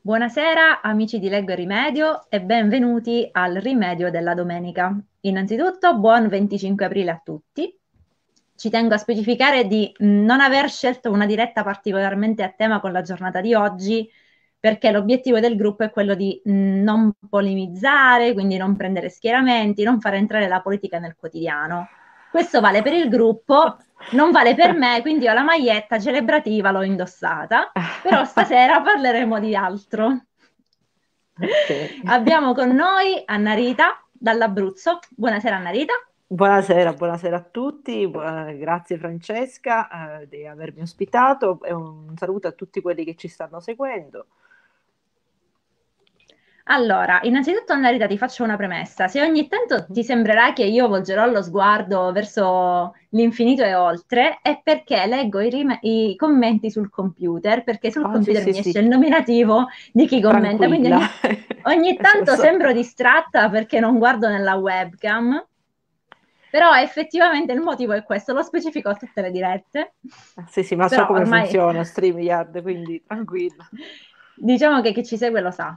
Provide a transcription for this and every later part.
Buonasera amici di Leggo e Rimedio e benvenuti al Rimedio della domenica. Innanzitutto buon 25 aprile a tutti. Ci tengo a specificare di non aver scelto una diretta particolarmente a tema con la giornata di oggi perché l'obiettivo del gruppo è quello di non polemizzare, quindi non prendere schieramenti, non far entrare la politica nel quotidiano. Questo vale per il gruppo, non vale per me, quindi io la maglietta celebrativa l'ho indossata, però stasera parleremo di altro. Ok. Abbiamo con noi Anna Rita dall'Abruzzo. Buonasera Anna Rita. Buonasera a tutti, grazie Francesca, di avermi ospitato e un saluto a tutti quelli che ci stanno seguendo. Allora, innanzitutto Anna Rita ti faccio una premessa. Se ogni tanto Mhm. ti sembrerà che io volgerò lo sguardo verso l'infinito e oltre, è perché leggo i commenti sul computer, perché sul Ah, sì, computer sì, mi esce sì, il nominativo di chi commenta, quindi tranquilla. ogni Lo tanto so. sembro distratta perché non guardo nella webcam, però effettivamente il motivo è questo, lo specifico a tutte le dirette, Sì, sì, ma so però come ormai funziona StreamYard, quindi tranquilla. diciamo che chi ci segue lo sa.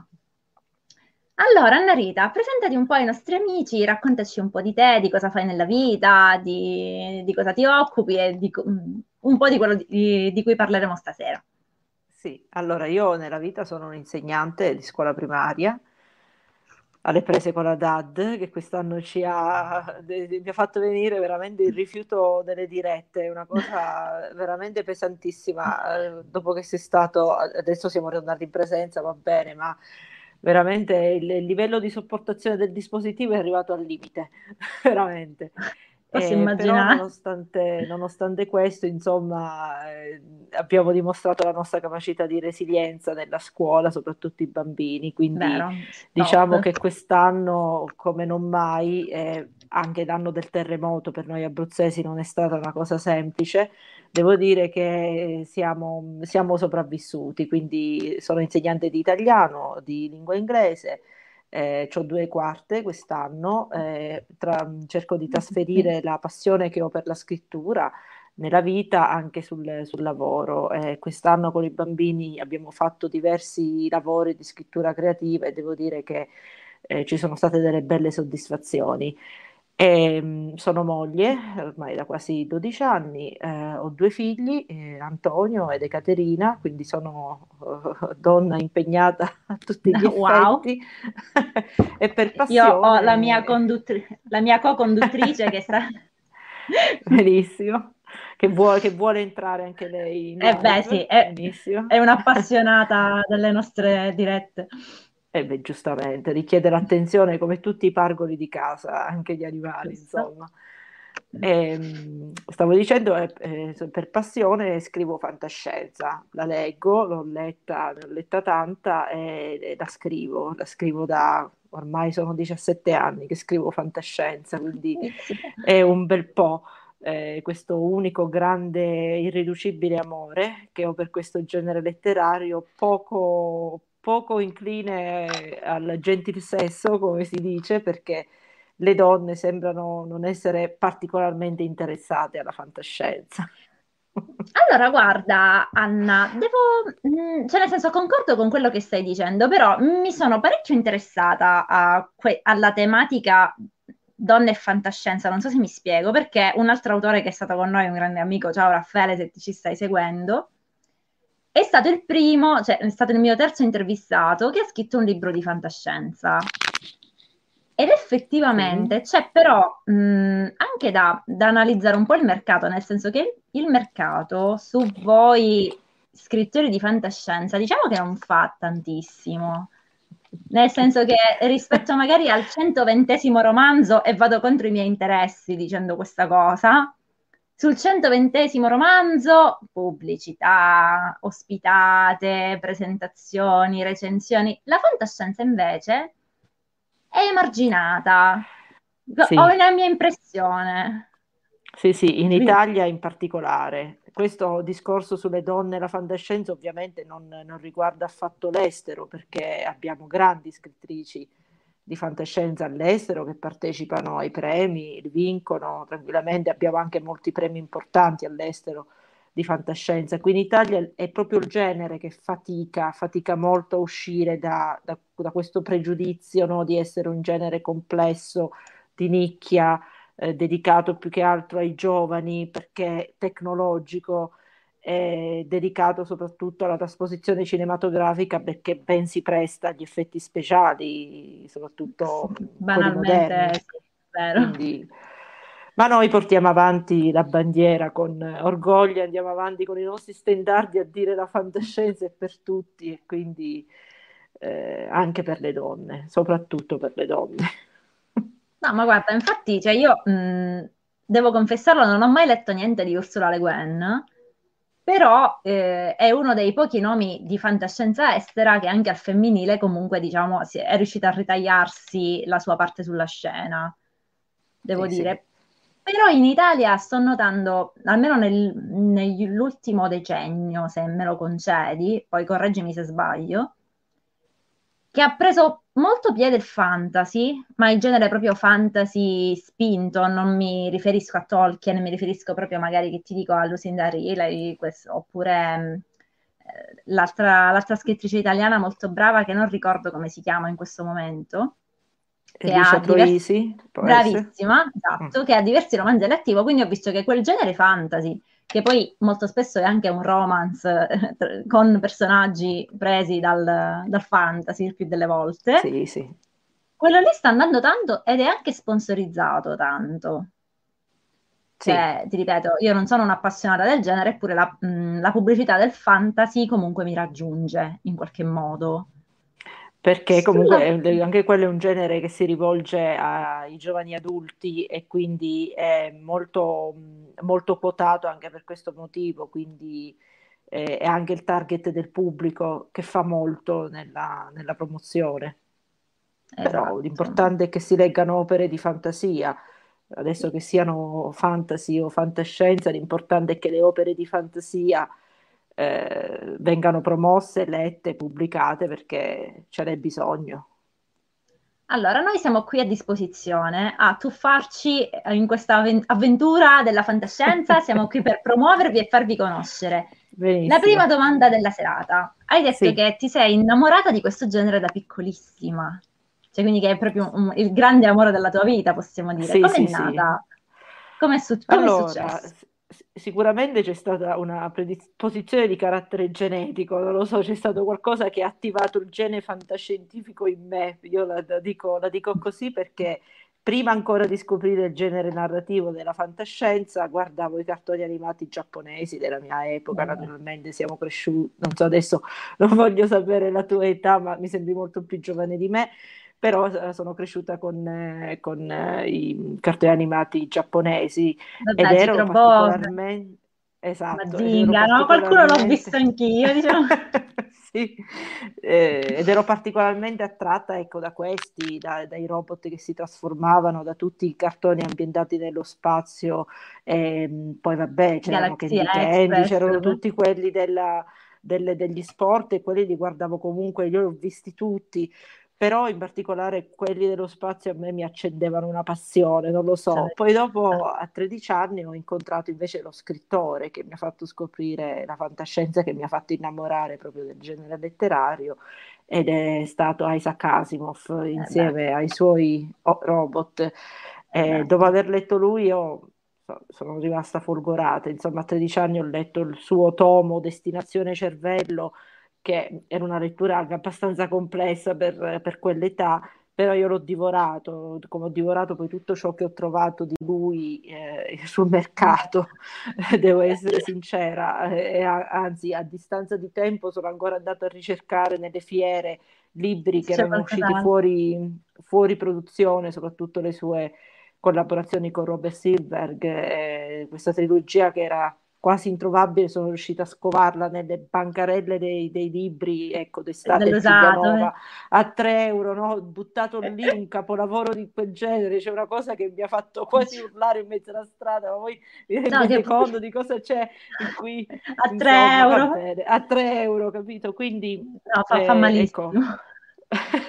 Allora, Anna Rita, presentati un po' ai nostri amici, raccontaci un po' di te, di cosa fai nella vita, di cosa ti occupi e un po' di quello di cui parleremo stasera. Sì, allora io nella vita sono un insegnante di scuola primaria, alle prese con la DAD, che quest'anno mi ha fatto venire veramente il rifiuto delle dirette, è una cosa veramente pesantissima. Dopo che sei stato, adesso siamo tornati in presenza, va bene, ma veramente il livello di sopportazione del dispositivo è arrivato al limite, veramente. Posso Però immaginare? nonostante questo, insomma, abbiamo dimostrato la nostra capacità di resilienza nella scuola, soprattutto i bambini, quindi Vero? diciamo Top. che quest'anno, come non mai, anche l'anno del terremoto per noi abruzzesi non è stata una cosa semplice. Devo dire che siamo sopravvissuti, quindi sono insegnante di italiano, di lingua inglese, ho due quarte quest'anno, cerco di Sì. trasferire la passione che ho per la scrittura nella vita anche sul lavoro. Quest'anno con i bambini abbiamo fatto diversi lavori di scrittura creativa e devo dire che ci sono state delle belle soddisfazioni. Sono moglie ormai da quasi 12 anni, ho due figli, Antonio ed Ekaterina, quindi sono donna impegnata a tutti gli Wow. effetti e per Io ho la mia passione. la mia co-conduttrice che sta... Benissimo, che vuole entrare anche lei in Eh beh, sì, live, benissimo. è un'appassionata delle nostre dirette. E beh, giustamente, richiede l'attenzione come tutti i pargoli di casa, anche gli animali, Giusto? insomma. Stavo dicendo, per passione scrivo fantascienza, la leggo, ne ho letta tanta e la scrivo da ormai sono 17 anni che scrivo fantascienza, quindi Inizia. è un bel po' questo unico grande irriducibile amore che ho per questo genere letterario, poco incline al gentil sesso, come si dice, perché le donne sembrano non essere particolarmente interessate alla fantascienza. Allora, guarda, Anna, cioè nel senso concordo con quello che stai dicendo, però mi sono parecchio interessata alla tematica donne e fantascienza, non so se mi spiego, perché un altro autore che è stato con noi, un grande amico, ciao Raffaele, se ti ci stai seguendo, è stato il primo, cioè è stato il mio terzo intervistato che ha scritto un libro di fantascienza. Ed Sì, effettivamente c'è però anche da analizzare un po' il mercato, nel senso che il mercato su voi scrittori di fantascienza diciamo che non fa tantissimo, nel senso che rispetto magari al 120° romanzo, e vado contro i miei interessi dicendo questa cosa, sul 120° romanzo pubblicità, ospitate, presentazioni, recensioni, la fantascienza invece è emarginata. Ho sì. una mia impressione. Sì, sì, in Quindi, Italia in particolare. Questo discorso sulle donne e la fantascienza ovviamente non riguarda affatto l'estero, perché abbiamo grandi scrittrici di fantascienza all'estero che partecipano ai premi, li vincono tranquillamente. Abbiamo anche molti premi importanti all'estero di fantascienza. Qui in Italia è proprio il genere che fatica molto a uscire da questo pregiudizio, no, di essere un genere complesso, di nicchia, dedicato più che altro ai giovani, perché tecnologico, dedicato soprattutto alla trasposizione cinematografica, perché ben si presta agli effetti speciali, soprattutto quelli Banalmente, moderni. sì, vero. Quindi, ma noi portiamo avanti la bandiera con orgoglio, andiamo avanti con i nostri standardi a dire la fantascienza è per tutti e quindi anche per le donne, soprattutto per le donne. No, ma guarda, infatti, cioè io devo confessarlo, non ho mai letto niente di Ursula Le Guin, però è uno dei pochi nomi di fantascienza estera che anche al femminile comunque, diciamo, è riuscita a ritagliarsi la sua parte sulla scena, devo Sì, sì. dire. Però in Italia sto notando, almeno nell'ultimo decennio, se me lo concedi, poi correggimi se sbaglio, che ha preso molto piede il fantasy, ma il genere proprio fantasy spinto, non mi riferisco a Tolkien, mi riferisco proprio magari che ti dico a Lucinda Riley, oppure l'altra scrittrice italiana molto brava che non ricordo come si chiama in questo momento, che Alicia ha diversi, Troisi, può essere? bravissima, Mm. esatto, che ha diversi romanzi all'attivo, quindi ho visto che quel genere fantasy che poi molto spesso è anche un romance con personaggi presi dal fantasy il più delle volte. Sì, sì, Quello lì sta andando tanto ed è anche sponsorizzato tanto. sì. Cioè, ti ripeto, io non sono un'appassionata del genere, eppure la pubblicità del fantasy comunque mi raggiunge in qualche modo. Perché comunque Sulla... anche quello è un genere che si rivolge ai giovani adulti e quindi è molto quotato anche per questo motivo, quindi è anche il target del pubblico che fa molto nella promozione. Però Esatto, l'importante è che si leggano opere di fantasia, adesso sì. che siano fantasy o fantascienza, l'importante è che le opere di fantasia vengano promosse, lette, pubblicate perché ce n'è bisogno. Allora, noi siamo qui a disposizione a tuffarci in questa avventura della fantascienza, siamo qui per promuovervi e farvi conoscere. La prima Benissimo. domanda della serata. Hai detto Sì, che ti sei innamorata di questo genere da piccolissima, cioè quindi che è proprio il grande amore della tua vita, possiamo dire. sì, Com'è sì, sì. nata? Com'è Allora, successo? sicuramente c'è stata una predisposizione di carattere genetico, non lo so, c'è stato qualcosa che ha attivato il gene fantascientifico in me. Io la dico così perché prima ancora di scoprire il genere narrativo della fantascienza, guardavo i cartoni animati giapponesi della mia epoca, Vabbè. naturalmente siamo cresciuti, non so adesso non voglio sapere la tua età, ma mi sembri molto più giovane di me. Però sono cresciuta con i cartoni animati giapponesi ed Vabbè, ero Cicro Bob, particolarmente, esatto, ed ero Mazinga, no? Qualcuno l'ho visto particolarmente, anch'io, diciamo. sì, ed ero particolarmente attratta, ecco, da questi, dai robot che si trasformavano, da tutti i cartoni ambientati nello spazio, poi vabbè, c'erano Galaxy Candy Candy, Express. c'erano tutti quelli degli sport e quelli li guardavo comunque, io li ho visti tutti, però in particolare quelli dello spazio a me mi accendevano una passione, non lo so. Poi dopo, a 13 anni, ho incontrato invece lo scrittore che mi ha fatto scoprire la fantascienza, che mi ha fatto innamorare proprio del genere letterario, ed è stato Isaac Asimov Beh, insieme ai suoi robot. beh. Dopo aver letto lui, io sono rimasta folgorata. Insomma, a 13 anni ho letto il suo tomo Destinazione Cervello, che era una lettura anche abbastanza complessa per quell'età, però io l'ho divorato, come ho divorato poi tutto ciò che ho trovato di lui sul mercato, devo essere sincera, anzi a distanza di tempo sono ancora andata a ricercare nelle fiere libri che C'è erano usciti qualcos'altro. fuori produzione, soprattutto le sue collaborazioni con Robert Silverberg, questa trilogia che era quasi introvabile, sono riuscita a scovarla nelle bancarelle dei libri, ecco, d'estate a Dell'usato. Giulianova, a 3 euro, no? Ho buttato lì un capolavoro di quel genere, c'è una cosa che mi ha fatto quasi urlare in mezzo alla strada, ma voi vi No, che rendete poi conto di cosa c'è in cui, a 3 insomma, va euro. bene, a 3 euro, capito? Quindi, No, fa ecco. malissimo.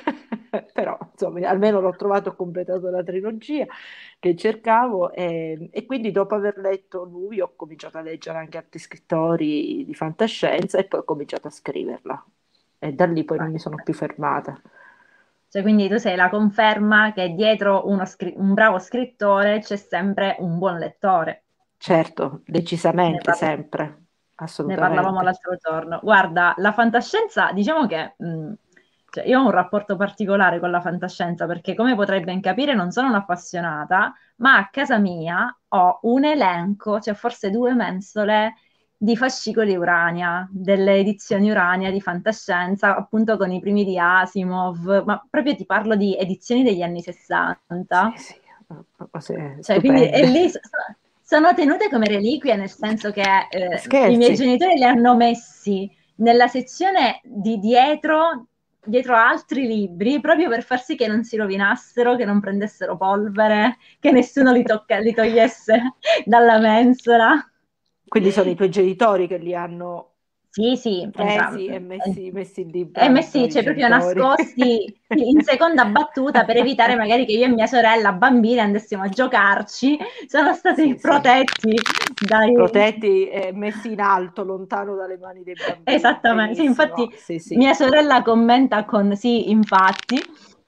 però insomma almeno l'ho trovato, ho completato la trilogia che cercavo e quindi dopo aver letto lui ho cominciato a leggere anche altri scrittori di fantascienza e poi ho cominciato a scriverla e da lì poi non mi sono più fermata. Cioè, quindi tu sei la conferma che dietro un bravo scrittore c'è sempre un buon lettore. Certo, Ne decisamente, par- sempre, Ne parlavamo assolutamente. l'altro giorno. Guarda, la fantascienza, diciamo che cioè, io ho un rapporto particolare con la fantascienza perché, come potrai ben capire, non sono un'appassionata, ma a casa mia ho un elenco, cioè forse due mensole di fascicoli Urania, delle edizioni Urania di fantascienza, appunto con i primi di Asimov, ma proprio ti parlo di edizioni degli anni Sì, 60. sì, cose Cioè, quindi e stupende. lì sono tenute come reliquie, nel senso che i miei Scherzi? genitori li hanno messi nella sezione di dietro a altri libri, proprio per far sì che non si rovinassero, che non prendessero polvere, che nessuno li togliesse dalla mensola. Quindi sono i tuoi genitori che li hanno Sì, sì, presi e messi lì, bravi, messi, bravi cioè proprio genitori. nascosti in seconda battuta per evitare magari che io e mia sorella bambine andassimo a giocarci. Sono stati Sì, sì, protetti dai... protetti e messi in alto, lontano dalle mani dei bambini. Esattamente, sì, Benissimo, infatti sì, sì. mia sorella commenta con sì, infatti,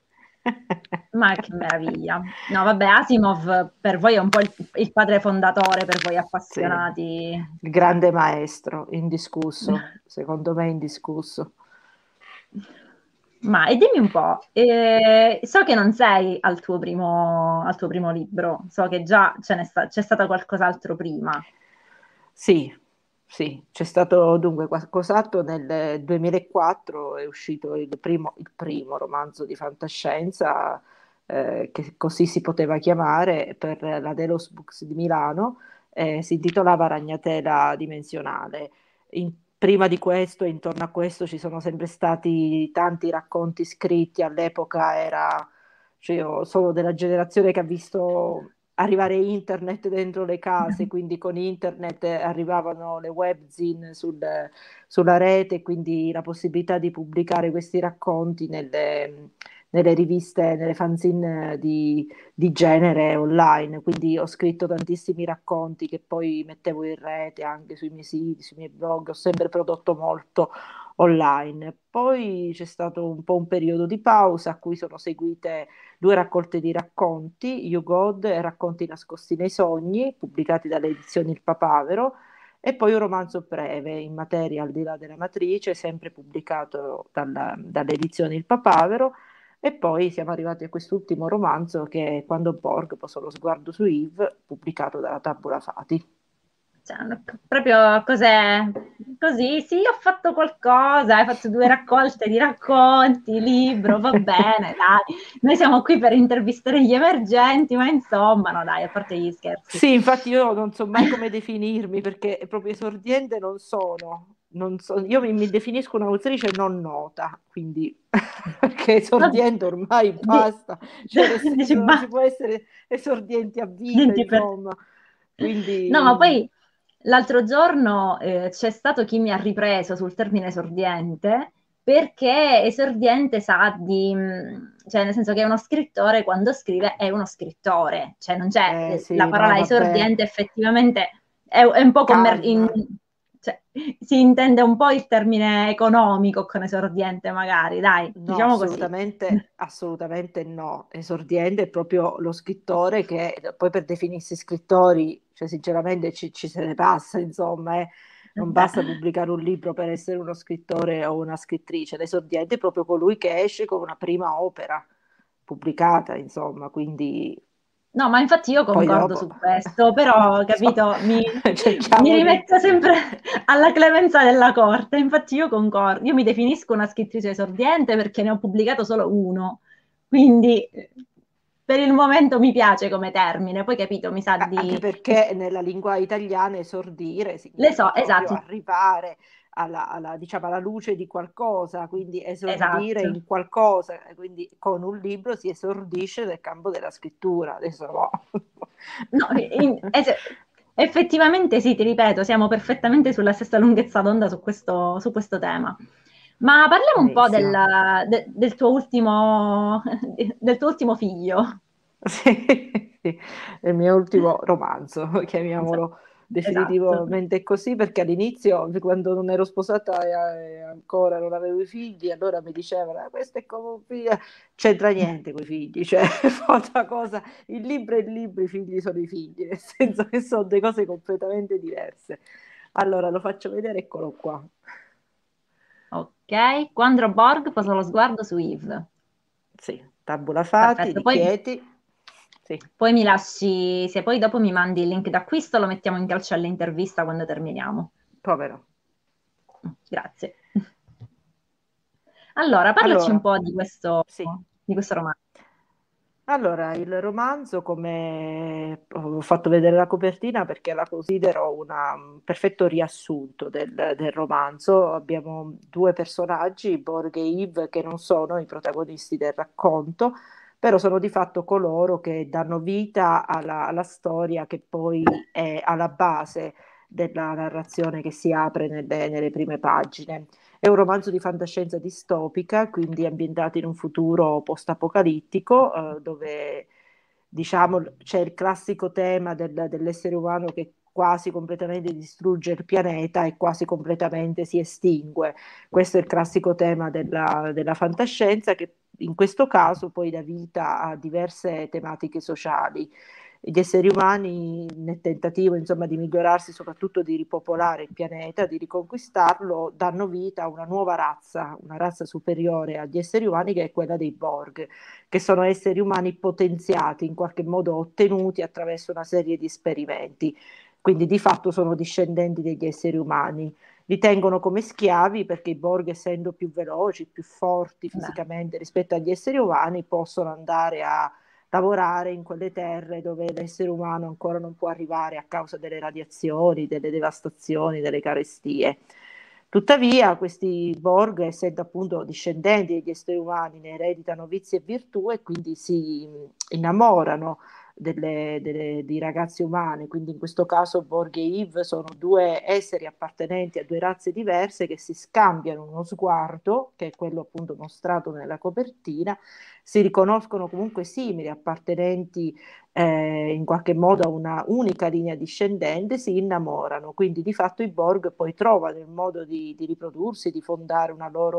ma che meraviglia. No, vabbè, Asimov per voi è un po' il padre fondatore, per voi Sì, appassionati. il Cioè. grande maestro, indiscusso, secondo me indiscusso. Ma e dimmi un po', so che non sei al tuo primo libro, so che già c'è stato qualcos'altro prima. Sì, sì, c'è stato dunque qualcos'altro nel 2004, è uscito il primo romanzo di fantascienza, che così si poteva chiamare, per la Delos Books di Milano, si intitolava Ragnatela dimensionale. Prima di questo, intorno a questo, ci sono sempre stati tanti racconti scritti, all'epoca cioè io sono della generazione che ha visto arrivare internet dentro le case, quindi con internet arrivavano le webzine sulla rete, quindi la possibilità di pubblicare questi racconti nelle riviste, nelle fanzine di genere online. Quindi ho scritto tantissimi racconti che poi mettevo in rete anche sui miei siti, sui miei blog, ho sempre prodotto molto online. Poi c'è stato un po' un periodo di pausa a cui sono seguite due raccolte di racconti, You God e Racconti nascosti nei sogni, pubblicati dalle edizioni Il Papavero, e poi un romanzo breve in materia al di là della matrice, sempre pubblicato dalle edizioni Il Papavero, e poi siamo arrivati a quest'ultimo romanzo che è Quando Borg posò lo sguardo su Yves, pubblicato dalla Tabula Fati. Cioè, proprio cos'è? Così, sì, ho fatto qualcosa, hai fatto due raccolte di racconti, libro, va bene, dai. Noi siamo qui per intervistare gli emergenti, ma insomma, no, dai, a parte gli scherzi. Sì, infatti io non so mai come definirmi perché proprio esordiente non sono. Io mi definisco un'autrice non nota, quindi perché Vabbè, esordiente ormai di- basta, cioè nel dici, senso non si può essere esordienti a vita, niente per... insomma. No, ma Quindi poi l'altro giorno c'è stato chi mi ha ripreso sul termine esordiente, perché esordiente sa di, cioè nel senso che uno scrittore quando scrive è uno scrittore, cioè non c'è la sì, no, parola vabbè, esordiente effettivamente è un po' calma. cioè, si intende un po' il termine economico con esordiente magari, dai, No, diciamo così. assolutamente, assolutamente no. Esordiente è proprio lo scrittore che poi per definirsi scrittori, cioè sinceramente ci se ne passa, insomma, eh. Non Beh. basta pubblicare un libro per essere uno scrittore o una scrittrice. L'esordiente è proprio colui che esce con una prima opera pubblicata, insomma, quindi No, ma infatti io poi concordo dopo, su questo, però, insomma, capito, mi cerchiamo di... rimetto sempre alla clemenza della corte. Infatti io concordo, io mi definisco una scrittrice esordiente perché ne ho pubblicato solo uno, quindi per il momento mi piace come termine, poi capito, mi sa Anche di... perché nella lingua italiana esordire Le so, significa proprio esatto, arrivare diciamo, alla luce di qualcosa, quindi esordire esatto. in qualcosa, quindi con un libro si esordisce nel campo della scrittura. Adesso no. No, effettivamente sì, ti ripeto, siamo perfettamente sulla stessa lunghezza d'onda su questo tema. Ma parliamo un po' Benissimo. del tuo ultimo, del tuo ultimo figlio. Sì, sì, è il mio ultimo romanzo, chiamiamolo Esatto. definitivamente così, perché all'inizio, quando non ero sposata e ancora non avevo i figli, allora mi dicevano, questo è come un figlio, c'entra niente con i figli, cioè, fa cosa, il libro è il libro, i figli sono i figli, nel senso che sono due cose completamente diverse. Allora, lo faccio vedere, eccolo qua. Ok, quando Borg posa lo sguardo su Yves. Sì, tabula fati, Perfetto, di poi, Chieti, sì, poi mi lasci, se poi dopo mi mandi il link d'acquisto, lo mettiamo in calcio all'intervista quando terminiamo. povero. Grazie. Allora, parlaci un Allora, po' sì. di questo romanzo. Allora, il romanzo, come ho fatto vedere la copertina perché la considero un perfetto riassunto del romanzo. Abbiamo due personaggi, Borg e Yves, che non sono i protagonisti del racconto, però sono di fatto coloro che danno vita alla storia che poi è alla base della narrazione che si apre nelle prime pagine. È un romanzo di fantascienza distopica, quindi ambientato in un futuro post-apocalittico, dove diciamo c'è il classico tema dell'essere umano che quasi completamente distrugge il pianeta e quasi completamente si estingue. Questo è il classico tema della fantascienza che in questo caso poi dà vita a diverse tematiche sociali. Gli esseri umani, nel tentativo insomma di migliorarsi, soprattutto di ripopolare il pianeta, di riconquistarlo, danno vita a una razza superiore agli esseri umani che è quella dei Borg, che sono esseri umani potenziati, in qualche modo ottenuti attraverso una serie di esperimenti. Quindi di fatto sono discendenti degli esseri umani. Li tengono come schiavi perché i Borg, essendo più veloci, più forti Beh, fisicamente rispetto agli esseri umani, possono andare a lavorare in quelle terre dove l'essere umano ancora non può arrivare a causa delle radiazioni, delle devastazioni, delle carestie. Tuttavia, questi Borg, essendo appunto discendenti degli esseri umani, ne ereditano vizi e virtù e quindi si innamorano di ragazze umane. Quindi in questo caso Borg e Yves sono due esseri appartenenti a due razze diverse che si scambiano uno sguardo, che è quello appunto mostrato nella copertina, si riconoscono comunque simili, appartenenti in qualche modo a una unica linea discendente, si innamorano. Quindi di fatto i Borg poi trovano il modo di riprodursi, di fondare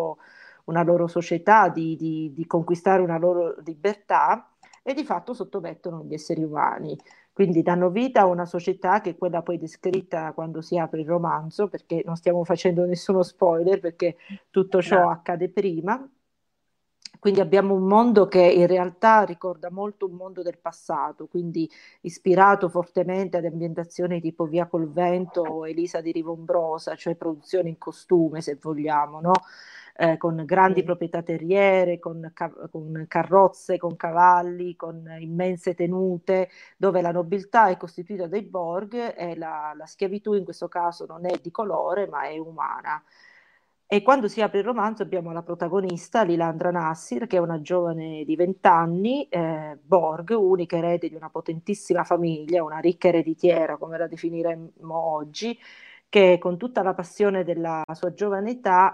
una loro società, di conquistare una loro libertà e di fatto sottomettono gli esseri umani. Quindi danno vita a una società che è quella poi descritta quando si apre il romanzo, perché non stiamo facendo nessuno spoiler, perché tutto ciò grazie. accade prima. Quindi abbiamo un mondo che in realtà ricorda molto un mondo del passato, quindi ispirato fortemente ad ambientazioni tipo Via col Vento o Elisa di Rivombrosa, cioè produzioni in costume, se vogliamo, no? Con grandi Sì. proprietà terriere, con carrozze, con cavalli, con immense tenute, dove la nobiltà è costituita dai Borg e la schiavitù in questo caso non è di colore, ma è umana. E quando si apre il romanzo abbiamo la protagonista, Lilandra Nassir, che è una giovane di 20 anni, Borg, unica erede di una potentissima famiglia, una ricca ereditiera, come la definiremmo oggi, che con tutta la passione della sua giovane età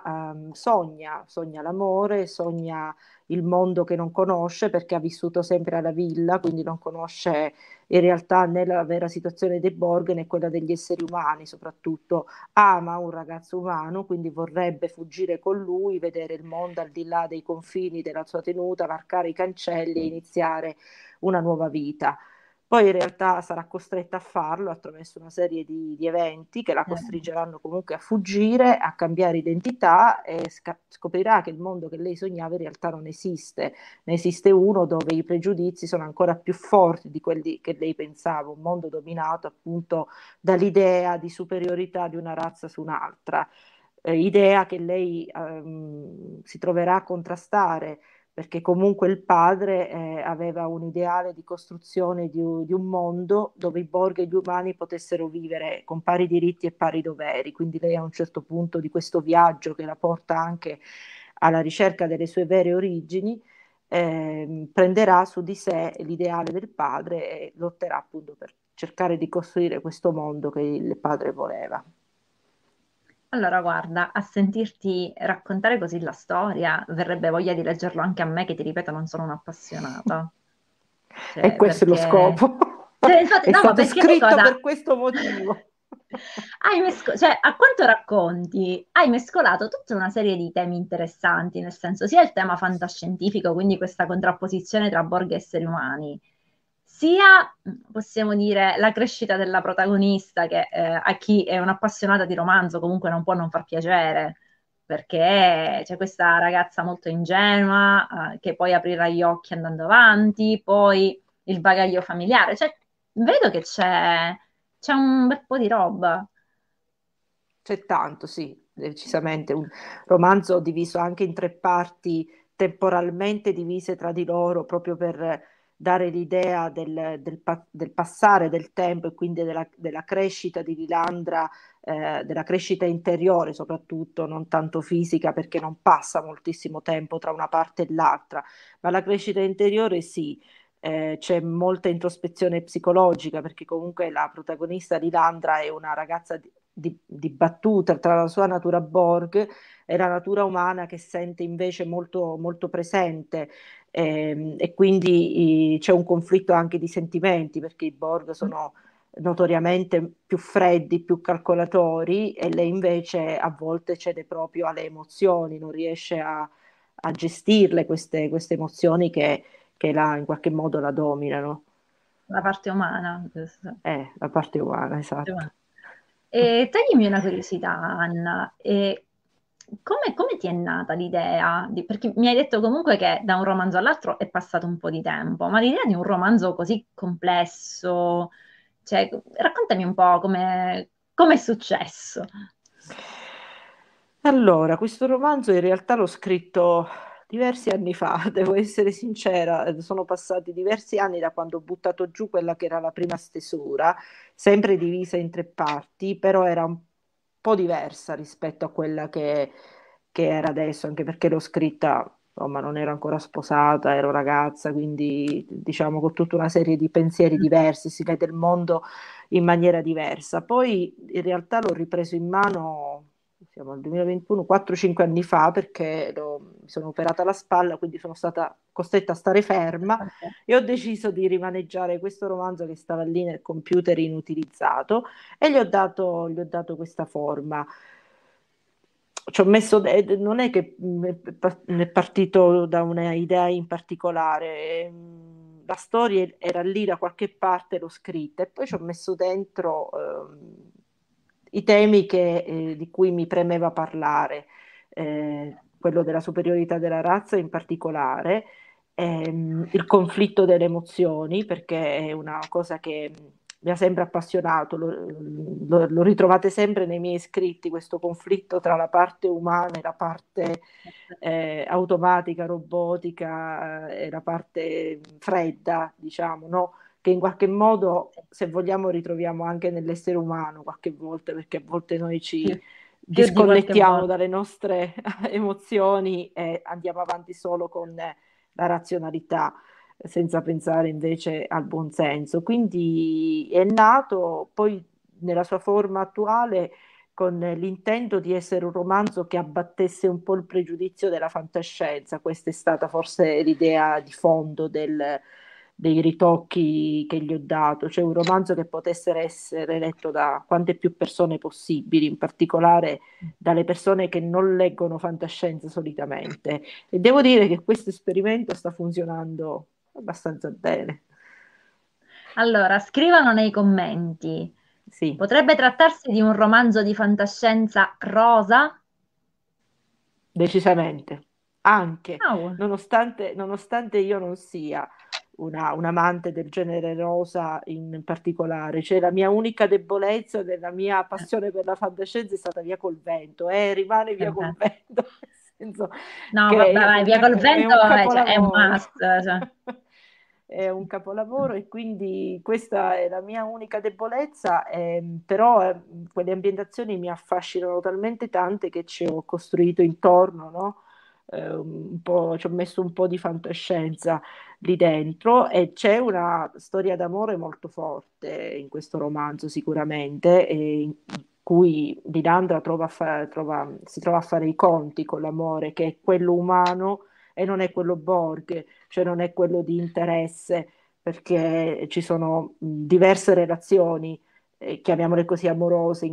sogna l'amore, sogna il mondo che non conosce perché ha vissuto sempre alla villa, quindi non conosce in realtà né la vera situazione dei Borg né quella degli esseri umani, soprattutto ama un ragazzo umano, quindi vorrebbe fuggire con lui, vedere il mondo al di là dei confini della sua tenuta, varcare i cancelli e iniziare una nuova vita. Poi in realtà sarà costretta a farlo attraverso una serie di eventi che la Eh, costringeranno comunque a fuggire, a cambiare identità e scoprirà che il mondo che lei sognava in realtà non esiste. Ne esiste uno dove i pregiudizi sono ancora più forti di quelli che lei pensava, un mondo dominato appunto dall'idea di superiorità di una razza su un'altra, idea che lei si troverà a contrastare perché comunque il padre aveva un ideale di costruzione di un mondo dove i Borg e gli umani potessero vivere con pari diritti e pari doveri. Quindi lei a un certo punto di questo viaggio che la porta anche alla ricerca delle sue vere origini, prenderà su di sé l'ideale del padre e lotterà appunto per cercare di costruire questo mondo che il padre voleva. Allora, guarda, a sentirti raccontare così la storia, verrebbe voglia di leggerlo anche a me, che ti ripeto, non sono un'appassionata. E Cioè, questo è lo perché... scopo. Infatti, È no, ma stato perché sai scritto per cosa? questo motivo. Cioè, a quanto racconti, hai mescolato tutta una serie di temi interessanti, nel senso sia il tema fantascientifico, quindi questa contrapposizione tra Borg e esseri umani, sia, possiamo dire, la crescita della protagonista, che a chi è un appassionato di romanzo comunque non può non far piacere, perché c'è questa ragazza molto ingenua, che poi aprirà gli occhi andando avanti, poi il bagaglio familiare, cioè vedo che c'è un bel po' di roba. C'è tanto, sì, decisamente. Un romanzo diviso anche in tre parti, temporalmente divise tra di loro, proprio per dare l'idea del passare del tempo e quindi della crescita di Lilandra, della crescita interiore soprattutto, non tanto fisica, perché non passa moltissimo tempo tra una parte e l'altra, ma la crescita interiore sì. C'è molta introspezione psicologica perché comunque la protagonista di Landra è una ragazza dibattuta tra la sua natura Borg e la natura umana che sente invece molto, molto presente. E quindi c'è un conflitto anche di sentimenti perché i Borg sono notoriamente più freddi, più calcolatori e lei invece a volte cede proprio alle emozioni, non riesce a gestirle queste emozioni che in qualche modo la dominano. La parte umana. Questa. La parte umana, esatto. E toglimi una curiosità, Anna, come ti è nata l'idea? Perché mi hai detto comunque che da un romanzo all'altro è passato un po' di tempo, ma l'idea di un romanzo così complesso, cioè, raccontami un po' come è successo. Allora, questo romanzo in realtà l'ho scritto diversi anni fa, devo essere sincera, sono passati diversi anni da quando ho buttato giù quella che era la prima stesura, sempre divisa in tre parti, però era un po' diversa rispetto a quella che era adesso, anche perché l'ho scritta, insomma, non ero ancora sposata, ero ragazza, quindi diciamo con tutta una serie di pensieri diversi, si vede il mondo in maniera diversa. Poi in realtà l'ho ripreso in mano, siamo al 2021, 4-5 anni fa, perché mi sono operata la spalla, quindi sono stata costretta a stare ferma e ho deciso di rimaneggiare questo romanzo che stava lì nel computer inutilizzato e gli ho dato questa forma. Ci ho messo, non è che è partito da una idea in particolare, la storia era lì da qualche parte, l'ho scritta e poi ci ho messo dentro i temi di cui mi premeva parlare, quello della superiorità della razza in particolare, il conflitto delle emozioni, perché è una cosa che mi ha sempre appassionato, lo ritrovate sempre nei miei scritti, questo conflitto tra la parte umana e la parte automatica, robotica e la parte fredda, diciamo, no? Che in qualche modo, se vogliamo, ritroviamo anche nell'essere umano qualche volta, perché a volte noi ci Più di qualche disconnettiamo volta. dalle nostre emozioni e andiamo avanti solo con la razionalità, senza pensare invece al buon senso. Quindi è nato poi nella sua forma attuale con l'intento di essere un romanzo che abbattesse un po' il pregiudizio della fantascienza. Questa è stata forse l'idea di fondo dei ritocchi che gli ho dato, cioè un romanzo che potesse essere letto da quante più persone possibili, in particolare dalle persone che non leggono fantascienza solitamente. E devo dire che questo esperimento sta funzionando abbastanza bene. Allora, scrivano nei commenti. Sì. Potrebbe trattarsi di un romanzo di fantascienza rosa? Decisamente, anche Ah, nonostante io non sia un amante del genere rosa in particolare, cioè la mia unica debolezza della mia passione per la fantascienza è stata Via col vento e rimane Via col beh. vento, nel senso No, che vabbè, vai, via col è vento, un cioè, è un capolavoro. must. Cioè. È un capolavoro e quindi questa è la mia unica debolezza, però quelle ambientazioni mi affascinano talmente tante che ci ho costruito intorno, no? Ci ho messo un po' di fantascienza lì dentro e c'è una storia d'amore molto forte in questo romanzo sicuramente, cui Dinandra si trova a fare i conti con l'amore, che è quello umano e non è quello Borg, cioè non è quello di interesse, perché ci sono diverse relazioni, chiamiamole così, amorose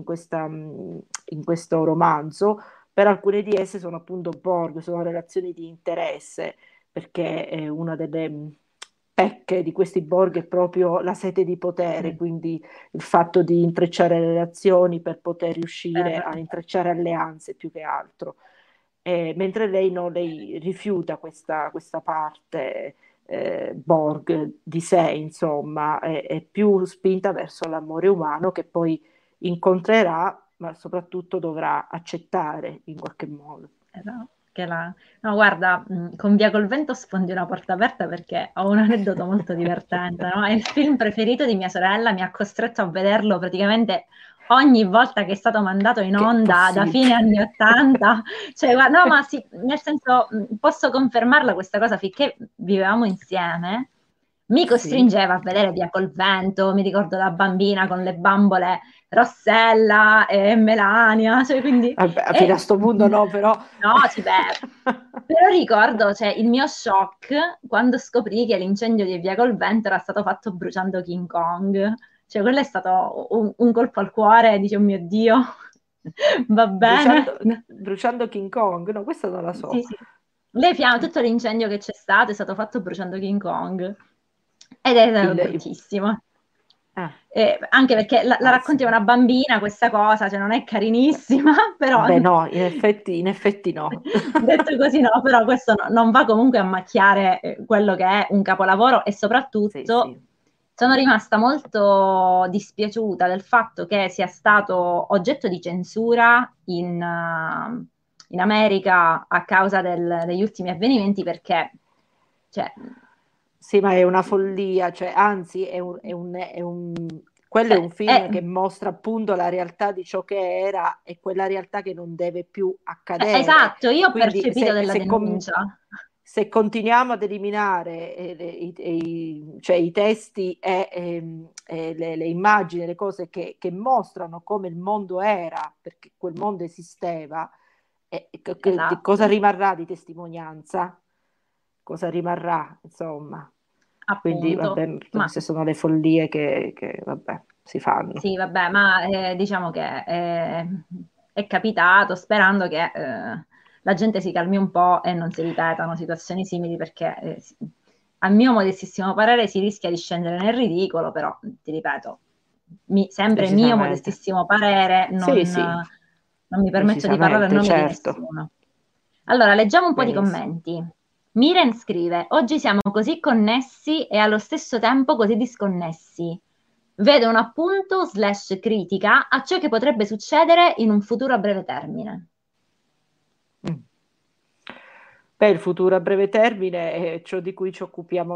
in questo romanzo. Per alcune di esse sono appunto Borg, sono relazioni di interesse, perché una delle pecche di questi Borg è proprio la sete di potere, Mm. quindi il fatto di intrecciare relazioni per poter riuscire Per- a intrecciare alleanze più che altro. Mentre lei no, lei rifiuta questa parte Borg di sé, insomma, è più spinta verso l'amore umano che poi incontrerà, ma soprattutto dovrà accettare in qualche modo. no, no, guarda, con Via col vento sfondi una porta aperta perché ho un aneddoto molto divertente, no? È il film preferito di mia sorella, mi ha costretto a vederlo praticamente ogni volta che è stato mandato in Che è onda da possibile. fine anni 80. Cioè, no, ma sì, nel senso, posso confermarla questa cosa, finché vivevamo insieme, mi Sì. costringeva a vedere Via col vento, mi ricordo da bambina con le bambole Rossella e Melania, cioè quindi... Vabbè, fino a E, sto punto no, però... no, sì, beh, però ricordo, cioè, il mio shock quando scoprì che l'incendio di Via col Vento era stato fatto bruciando King Kong. Cioè, quello è stato un colpo al cuore, dice, oh mio Dio, va bene. Bruciando King Kong? No, questa non la Sì, so. sì. Le fiamme, tutto l'incendio che c'è stato è stato fatto bruciando King Kong ed è stato Il... bruttissimo. Ah, Anche perché la ah, sì. racconti a una bambina questa cosa, cioè non è carinissima, però Beh, no, in effetti no. detto così no, però questo non va comunque a macchiare quello che è un capolavoro e Sì, soprattutto sì. sono rimasta molto dispiaciuta del fatto che sia stato oggetto di censura in America a causa degli ultimi avvenimenti perché, cioè, Sì, ma è una follia, cioè, anzi, quello è un è, film che mostra appunto la realtà di ciò che era e quella realtà che non deve più accadere. esatto, io ho Quindi, percepito della denuncia. se continuiamo ad eliminare cioè, i testi e le immagini, le cose che mostrano come il mondo era, perché quel mondo esisteva, cosa Esatto, rimarrà di testimonianza? Cosa rimarrà, insomma? Quindi, appunto. vabbè, Ma queste sono le follie vabbè, si fanno. sì, vabbè, ma diciamo che è capitato sperando che la gente si calmi un po' e non si ripetano situazioni simili perché a mio modestissimo parere si rischia di scendere nel ridicolo, però ti ripeto, sempre mio Decisamente. modestissimo parere, Sì, sì, non mi permetto di parlare a decisamente, nome di certo. nessuno. Allora, leggiamo un po' di Benissimo. commenti. Miren scrive: Oggi siamo così connessi e allo stesso tempo così disconnessi. Vedo un appunto slash critica a ciò che potrebbe succedere in un futuro a breve termine. Mm. Beh, il futuro a breve termine è ciò di cui ci occupiamo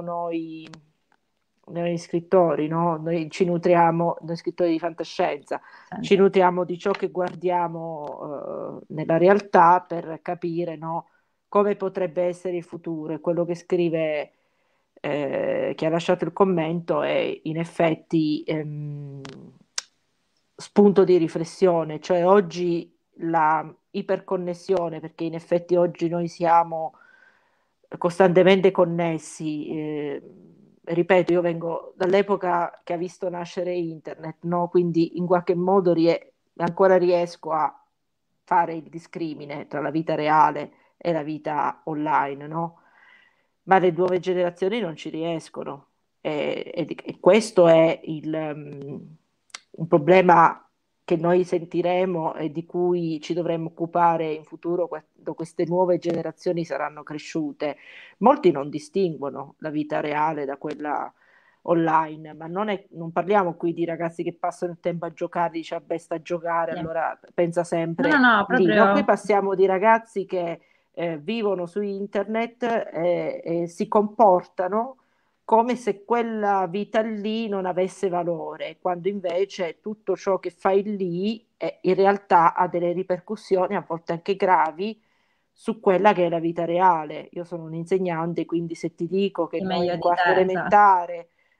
noi scrittori, no? Noi ci nutriamo, noi scrittori di fantascienza, ci Senti, nutriamo di ciò che guardiamo nella realtà per capire, no, come potrebbe essere il futuro. E quello che scrive chi ha lasciato il commento è in effetti spunto di riflessione, cioè oggi la iperconnessione, perché in effetti oggi noi siamo costantemente connessi. Ripeto, io vengo dall'epoca che ha visto nascere internet, no? Quindi in qualche modo ancora riesco a fare il discrimine tra la vita reale e la vita online, no? Ma le nuove generazioni non ci riescono e questo è un problema che noi sentiremo e di cui ci dovremo occupare in futuro quando queste nuove generazioni saranno cresciute. Molti non distinguono la vita reale da quella online, ma non parliamo qui di ragazzi che passano il tempo a giocare, dice vabbè sta a giocare, sì. allora pensa No, no, sempre no, lì. No, qui proprio passiamo di ragazzi che vivono su internet e si comportano come se quella vita lì non avesse valore, quando invece tutto ciò che fai lì in realtà ha delle ripercussioni, a volte anche gravi, su quella che è la vita reale. Io sono un insegnante, quindi se ti dico che di noi meglio in di quarta te, esatto. elementare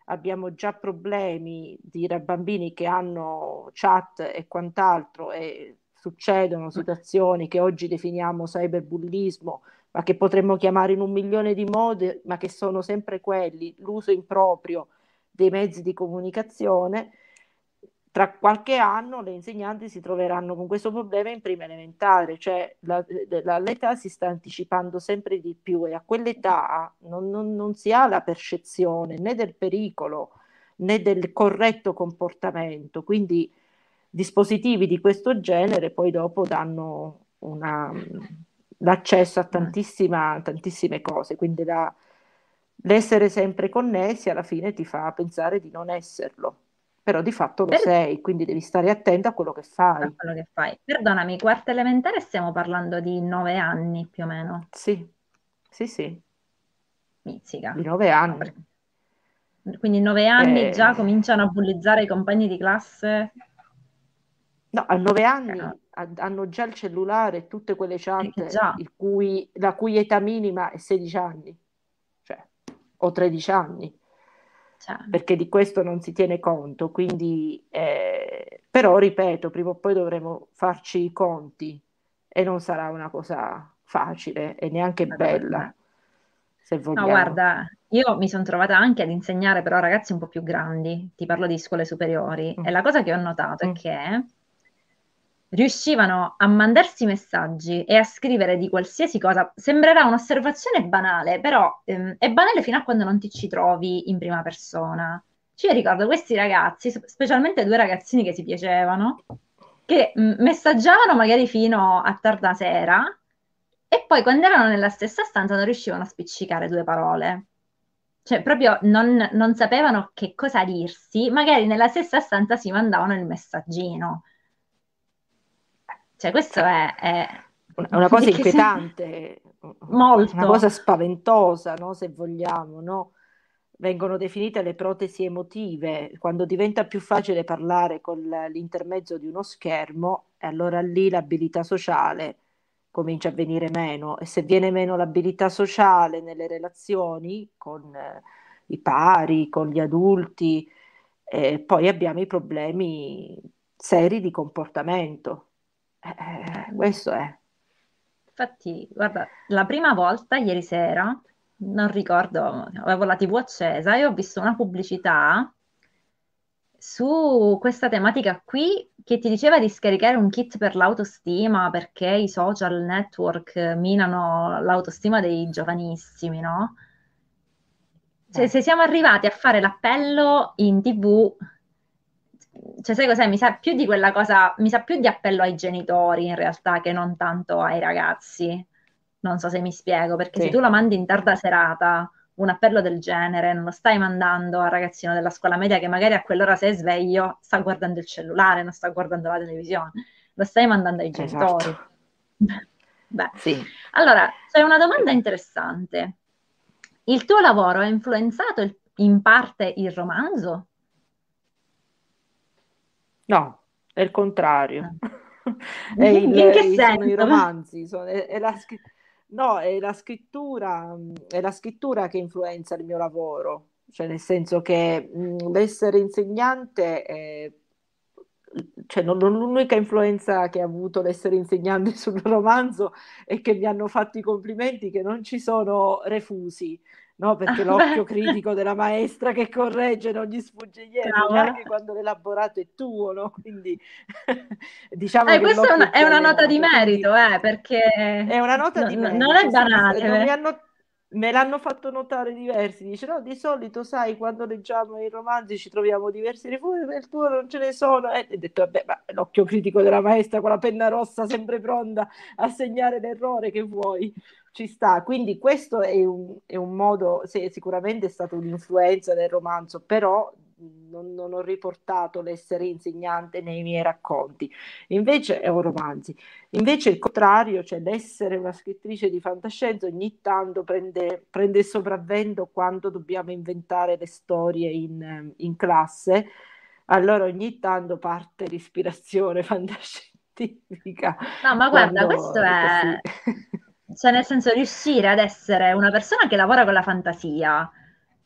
abbiamo già problemi di bambini che hanno chat e quant'altro e succedono situazioni che oggi definiamo cyberbullismo, ma che potremmo chiamare in un milione di modi, ma che sono sempre quelli, l'uso improprio dei mezzi di comunicazione. Tra qualche anno le insegnanti si troveranno con questo problema in prima elementare, cioè l'età si sta anticipando sempre di più e a quell'età non si ha la percezione né del pericolo né del corretto comportamento. Quindi dispositivi di questo genere poi dopo danno l'accesso a tantissime cose, quindi l'essere sempre connessi alla fine ti fa pensare di non esserlo, però di fatto lo Per sei, quindi devi stare attento a quello che a fai. quello che fai. Perdonami, quarta elementare stiamo parlando di 9 anni più o meno. Sì, sì, sì, di Mizzica. 9 anni. No, quindi 9 anni già Eh, cominciano a bullizzare i compagni di classe. no, a 9 anni No, hanno già il cellulare e tutte quelle chat già, la cui età minima è 16 anni, cioè, o 13 anni, cioè, perché di questo non si tiene conto. Quindi, però, ripeto, prima o poi dovremo farci i conti e non sarà una cosa facile e neanche una cosa, bella, beh. se No, vogliamo. guarda, io mi sono trovata anche ad insegnare però a ragazzi un po' più grandi, ti parlo di scuole superiori, e Mm, la cosa che ho notato è mm. che riuscivano a mandarsi messaggi e a scrivere di qualsiasi cosa. Sembrerà un'osservazione banale, però è banale fino a quando non ti ci trovi in prima persona. Cioè, io ricordo questi ragazzi, specialmente due ragazzini che si piacevano, che messaggiavano magari fino a tarda sera e poi quando erano nella stessa stanza non riuscivano a spiccicare due parole. Cioè, proprio non sapevano che cosa dirsi, magari nella stessa stanza si mandavano il messaggino. Cioè, questo è È una cosa che se- inquietante, una molto. cosa spaventosa, no? Se vogliamo, no? Vengono definite le protesi emotive, quando diventa più facile parlare con l'intermezzo di uno schermo, e allora lì l'abilità sociale comincia a venire meno, e se viene meno l'abilità sociale nelle relazioni con i pari, con gli adulti, poi abbiamo i problemi seri di comportamento. Questo è. Infatti, guarda, la prima volta, ieri sera, non ricordo, avevo la TV accesa e ho visto una pubblicità su questa tematica qui che ti diceva di scaricare un kit per l'autostima perché i social network minano l'autostima dei giovanissimi, no? Cioè, Eh, se siamo arrivati a fare l'appello in TV, cioè, sai cos'è? Mi sa più di quella cosa, mi sa più di appello ai genitori in realtà che non tanto ai ragazzi. Non so se mi spiego, perché se tu sì, lo mandi in tarda serata, un appello del genere, non lo stai mandando al ragazzino della scuola media che magari a quell'ora se è sveglio, sta guardando il cellulare, non sta guardando la televisione, lo stai mandando ai esatto. genitori. Beh, Sì. allora, c'è una domanda interessante. Il tuo lavoro ha influenzato in parte il romanzo? No, è il contrario. In che Sono i senso? romanzi, no, è la scrittura che influenza il mio lavoro, cioè nel senso che l'essere insegnante cioè l'unica influenza che ha avuto l'essere insegnante sul romanzo è che mi hanno fatto i complimenti che non ci sono refusi, no? Perché l'occhio Beh, critico della maestra che corregge non gli sfugge niente, cavolo. neanche quando l'elaborato è tuo, no? Quindi diciamo che Questa l'occhio è è più una nota di allenato. merito, Quindi perché è una nota di non è merito, sì, banale. me l'hanno fatto notare diversi. Dice, no, di solito, sai, quando leggiamo i romanzi ci troviamo diversi refusi, nel tuo non ce ne sono. E ho detto, vabbè, ma l'occhio critico della maestra con la penna rossa sempre pronta a segnare l'errore che vuoi. Ci sta, quindi questo è un modo, sì, sicuramente è stata un'influenza del romanzo, però non ho riportato l'essere insegnante nei miei racconti, invece è un romanzo. Invece il contrario, cioè l'essere una scrittrice di fantascienza ogni tanto prende il sopravvento quando dobbiamo inventare le storie in classe, allora ogni tanto parte l'ispirazione fantascientifica, No, ma guarda, questo quando è è, così. cioè nel senso riuscire ad essere una persona che lavora con la fantasia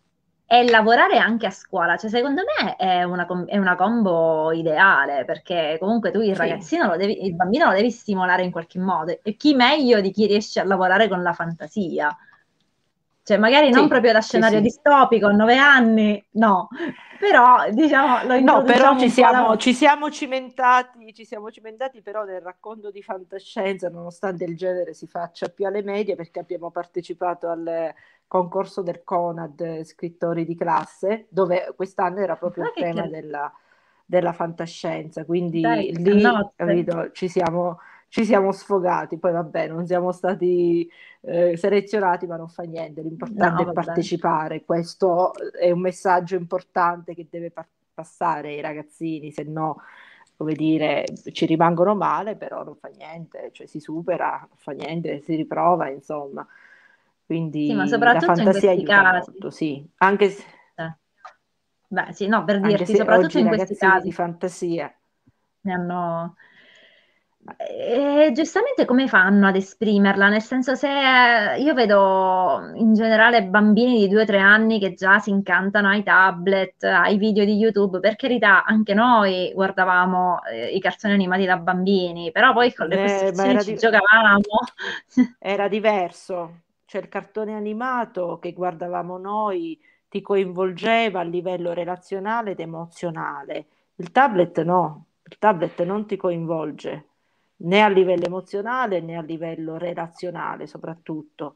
e lavorare anche a scuola, cioè secondo me è una combo ideale, perché comunque tu il Sì, ragazzino il bambino lo devi stimolare in qualche modo, e chi meglio di chi riesce a lavorare con la fantasia? Cioè magari non sì, proprio da sì, scenario sì. distopico, a 9 anni, no, però diciamo lo No, però introduciamo un po' alla... ci siamo cimentati però nel racconto di fantascienza, nonostante il genere si faccia più alle medie, perché abbiamo partecipato al concorso del Conad, scrittori di classe, dove quest'anno era proprio Ah, il tema della fantascienza, dai, quindi a lì, nozze. capito, ci siamo sfogati, poi vabbè, non siamo stati selezionati, ma non fa niente, l'importante No, è vabbè. partecipare, questo è un messaggio importante che deve passare ai ragazzini, se no, come dire, ci rimangono male, però non fa niente, cioè si supera, non fa niente, si riprova, insomma. Sì, ma Quindi la soprattutto in fantasia questi aiuta casi. molto, sì, anche se, Eh, Beh, sì, no, per anche dirti, se soprattutto oggi i in questi ragazzini di casi fantasia. ne hanno... giustamente come fanno ad esprimerla? Nel senso, se io vedo in generale bambini di 2-3 anni che già si incantano ai tablet, ai video di YouTube, per carità, anche noi guardavamo i cartoni animati da bambini, però poi con le Ma costruzioni ci giocavamo. era diverso, cioè il cartone animato che guardavamo noi ti coinvolgeva a livello relazionale ed emozionale. Il tablet no, il tablet non ti coinvolge né a livello emozionale né a livello relazionale soprattutto.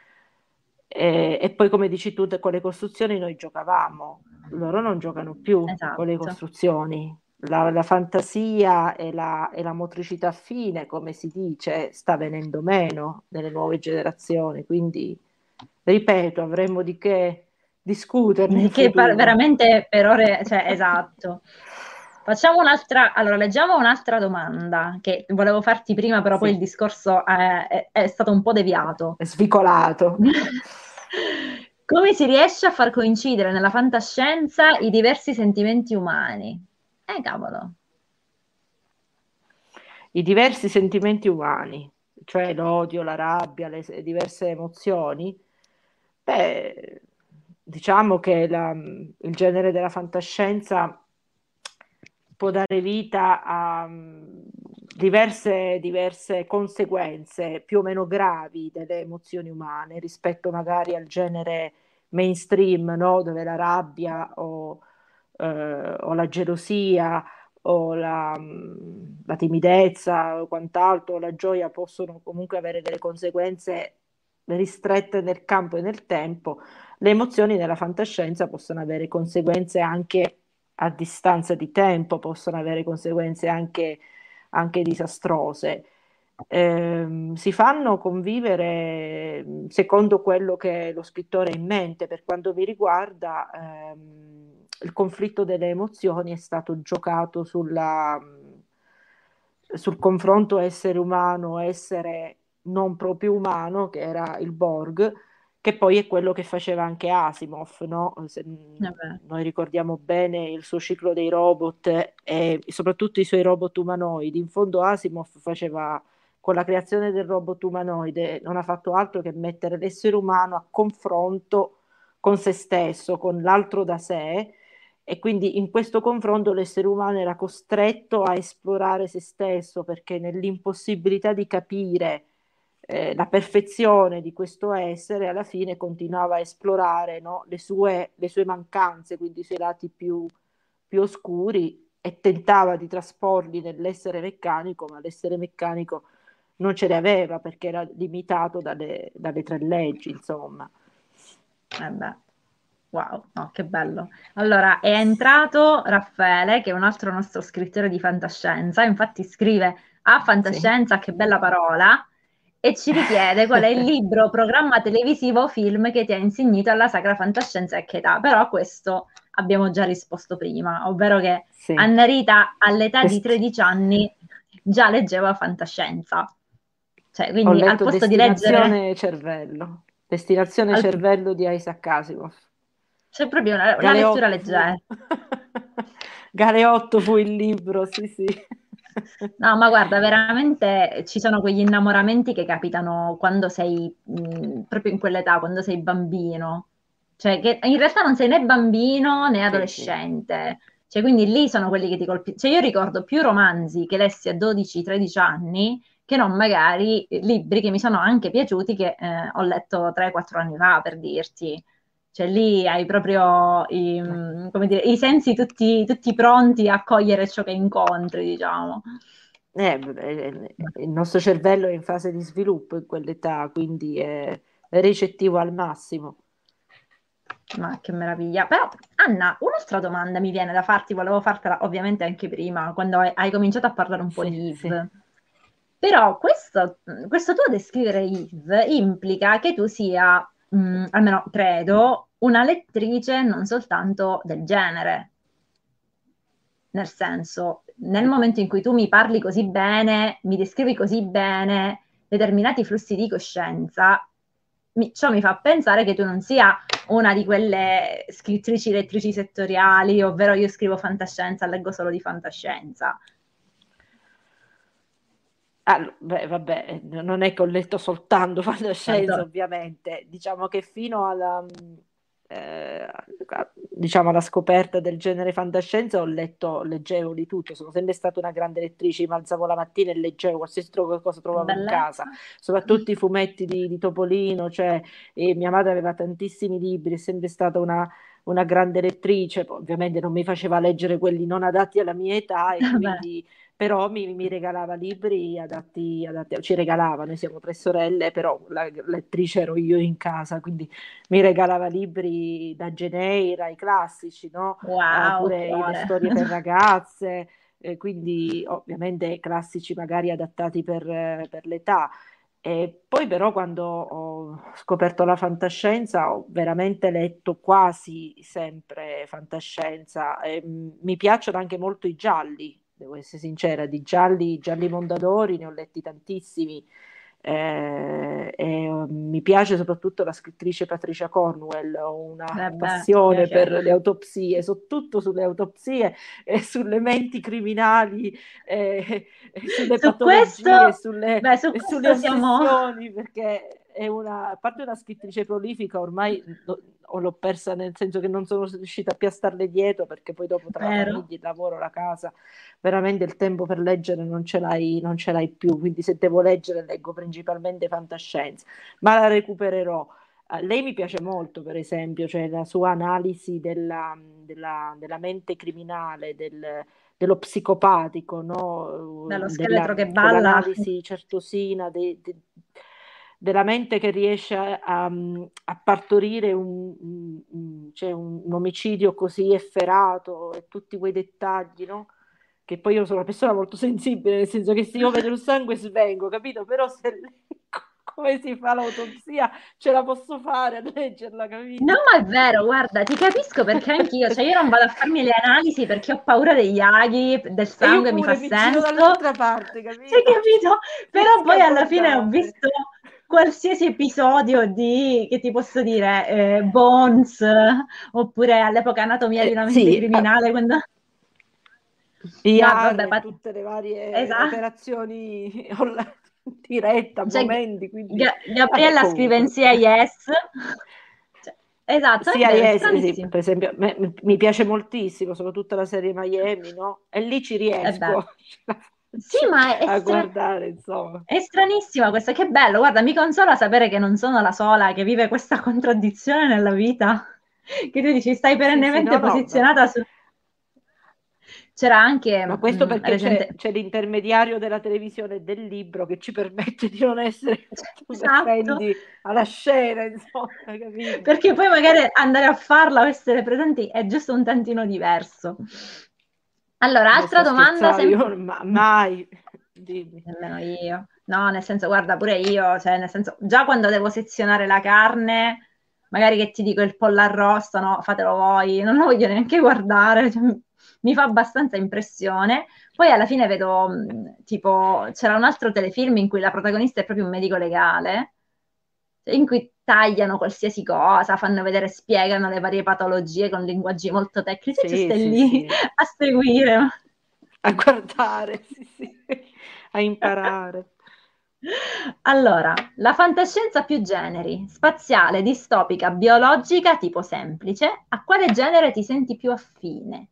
E poi come dici tu, con le costruzioni noi giocavamo, loro non giocano più con le Esatto. costruzioni. La fantasia e la motricità fine, come si dice, sta venendo meno nelle nuove generazioni. Quindi, ripeto, avremo di che discuterne in futuro. Veramente per ore, cioè, esatto. Facciamo un'altra, allora leggiamo un'altra domanda che volevo farti prima, però poi il Sì, discorso è stato un po' deviato. è svicolato. Come si riesce a far coincidere nella fantascienza i diversi sentimenti umani? Cavolo. I diversi sentimenti umani, cioè l'odio, la rabbia, le diverse emozioni, beh, diciamo che il genere della fantascienza può dare vita a diverse conseguenze più o meno gravi delle emozioni umane rispetto magari al genere mainstream, no? Dove la rabbia o la gelosia o la timidezza o quant'altro, o la gioia possono comunque avere delle conseguenze ristrette nel campo e nel tempo, le emozioni nella fantascienza possono avere conseguenze anche a distanza di tempo, possono avere conseguenze anche disastrose. Si fanno convivere secondo quello che lo scrittore ha in mente. Per quanto mi riguarda, il conflitto delle emozioni è stato giocato sul confronto essere umano-essere non proprio umano, che era il Borg, che poi è quello che faceva anche Asimov, no? Se Vabbè. noi ricordiamo bene il suo ciclo dei robot e soprattutto i suoi robot umanoidi. In fondo Asimov faceva, con la creazione del robot umanoide, non ha fatto altro che mettere l'essere umano a confronto con se stesso, con l'altro da sé, e quindi in questo confronto l'essere umano era costretto a esplorare se stesso, perché nell'impossibilità di capire la perfezione di questo essere, alla fine continuava a esplorare, no, le sue mancanze, quindi i suoi lati più oscuri, e tentava di trasporli nell'essere meccanico, ma l'essere meccanico non ce le aveva perché era limitato dalle tre leggi, insomma. Beh, wow, no, che bello. Allora, è entrato Raffaele, che è un altro nostro scrittore di fantascienza, infatti scrive a Sì. fantascienza, che bella parola, e ci richiede qual è il libro, programma televisivo o film che ti ha insignito alla sacra fantascienza e a che età. Però questo abbiamo già risposto prima, ovvero che Sì. Anna Rita all'età di Dest- 13 anni già leggeva fantascienza. Cioè, Ho quindi al letto posto di leggere... Destinazione Cervello. Destinazione al- Cervello di Isaac Asimov. C'è proprio una lettura Galeotto fu. leggera. Galeotto fu il libro, sì, sì. No, ma guarda, veramente ci sono quegli innamoramenti che capitano quando sei proprio in quell'età, quando sei bambino. Cioè che in realtà non sei né bambino né Sì, sì. adolescente. Cioè, quindi lì sono quelli che ti colpiscono. Cioè, io ricordo più romanzi che lessi a 12-13 anni che non magari libri che mi sono anche piaciuti che ho letto 3-4 anni fa, per dirti. Cioè, lì hai proprio come dire, i sensi tutti pronti a cogliere ciò che incontri, diciamo. Il nostro cervello è in fase di sviluppo in quell'età, quindi è ricettivo al massimo. Ma che meraviglia. Però, Anna, un'altra domanda mi viene da farti, volevo fartela ovviamente anche prima, quando hai cominciato a parlare un po' Sì, di sì. Yves. Però questo tuo descrivere Yves implica che tu sia, almeno credo, una lettrice non soltanto del genere. Nel senso, nel momento in cui tu mi parli così bene, mi descrivi così bene determinati flussi di coscienza, ciò mi fa pensare che tu non sia una di quelle scrittrici, lettrici settoriali, ovvero io scrivo fantascienza, leggo solo di fantascienza. Beh, vabbè, non è che ho letto soltanto Tanto, fantascienza, ovviamente. Diciamo che fino diciamo alla scoperta del genere fantascienza leggevo di tutto. Sono sempre stata una grande lettrice, mi alzavo la mattina e leggevo qualsiasi cosa che trovavo in casa, bellezza. soprattutto i fumetti di Topolino, cioè, e mia madre aveva tantissimi libri, è sempre stata una grande lettrice. Poi, ovviamente non mi faceva leggere quelli non adatti alla mia età e Vabbè, quindi però mi regalava libri ci regalava, noi siamo tre sorelle, però la lettrice ero io in casa, quindi mi regalava libri da Geneira, i classici, no? wow, Pure le cuore. storie per ragazze, quindi ovviamente classici magari adattati per l'età. E poi però quando ho scoperto la fantascienza ho veramente letto quasi sempre fantascienza. E, mi piacciono anche molto i gialli, devo essere sincera, di gialli Mondadori ne ho letti tantissimi. Mi piace soprattutto la scrittrice Patricia Cornwell, ho una Vabbè, passione piace. per le autopsie, soprattutto sulle autopsie e sulle menti criminali, sulle Su patologie, questo, beh, su sulle questo siamo. ossessioni, perché a parte una scrittrice prolifica, ormai l'ho persa nel senso che non sono riuscita più a starle dietro, perché poi dopo tra la Vero? famiglia, il lavoro, la casa, veramente il tempo per leggere non ce l'hai più, quindi se devo leggere leggo principalmente fantascienza, ma la recupererò. Lei mi piace molto, per esempio, cioè la sua analisi della mente criminale, dello psicopatico, no? Bello scheletro che Con balla. l'analisi certosina della mente che riesce a partorire cioè un omicidio così efferato e tutti quei dettagli, no? Che poi io sono una persona molto sensibile, nel senso che se io vedo il sangue svengo, capito? Però se come si fa l'autopsia ce la posso fare a leggerla, No, capito? ma è vero, guarda, ti capisco perché anch'io, cioè io non vado a farmi le analisi perché ho paura degli aghi, del E io sangue, mi fa pure mi giro senso, dall'altra parte, cioè, capito? capito? Però Riesco a poi alla fine ho guardare. visto qualsiasi episodio che ti posso dire, Bones, oppure all'epoca Anatomia di una mente Sì, criminale, quando. No, IAR vabbè, e tutte le varie esatto. operazioni diretta a Cioè, momenti, quindi vabbè, Gabriella scrive in comunque. CIS. Cioè, esatto, è vero, è CIS, sì, stranissimo. per esempio, mi piace moltissimo, soprattutto la serie Miami, no? E lì ci È bello. riesco, ce la Sì, faccio ma a guardare, insomma. è stranissima questa, che bello, guarda, mi consola sapere che non sono la sola che vive questa contraddizione nella vita, che tu dici, stai Sì, sì, perennemente no, no, posizionata su. C'era anche, ma questo perché c'è recente. c'è l'intermediario della televisione e del libro che ci permette di non essere Esatto, appendi alla scena, insomma, capito? perché poi magari andare a farla o essere presenti è giusto un tantino diverso. Allora, Ma altra sta domanda scherzando, sempre. io mai, dimmi. Nemmeno io. No, nel senso, guarda, pure io, cioè, nel senso, già quando devo sezionare la carne, magari che ti dico il pollo arrosto, no, fatelo voi, non lo voglio neanche guardare, cioè, mi fa abbastanza impressione. Poi alla fine vedo, tipo, c'era un altro telefilm in cui la protagonista è proprio un medico legale, in cui tagliano qualsiasi cosa, fanno vedere, spiegano le varie patologie con linguaggi molto tecnici, e tu Sì, stai sì, lì sì, a seguire. a guardare, sì, sì, a imparare. Allora, la fantascienza più generi, spaziale, distopica, biologica, tipo semplice, a quale genere ti senti più affine?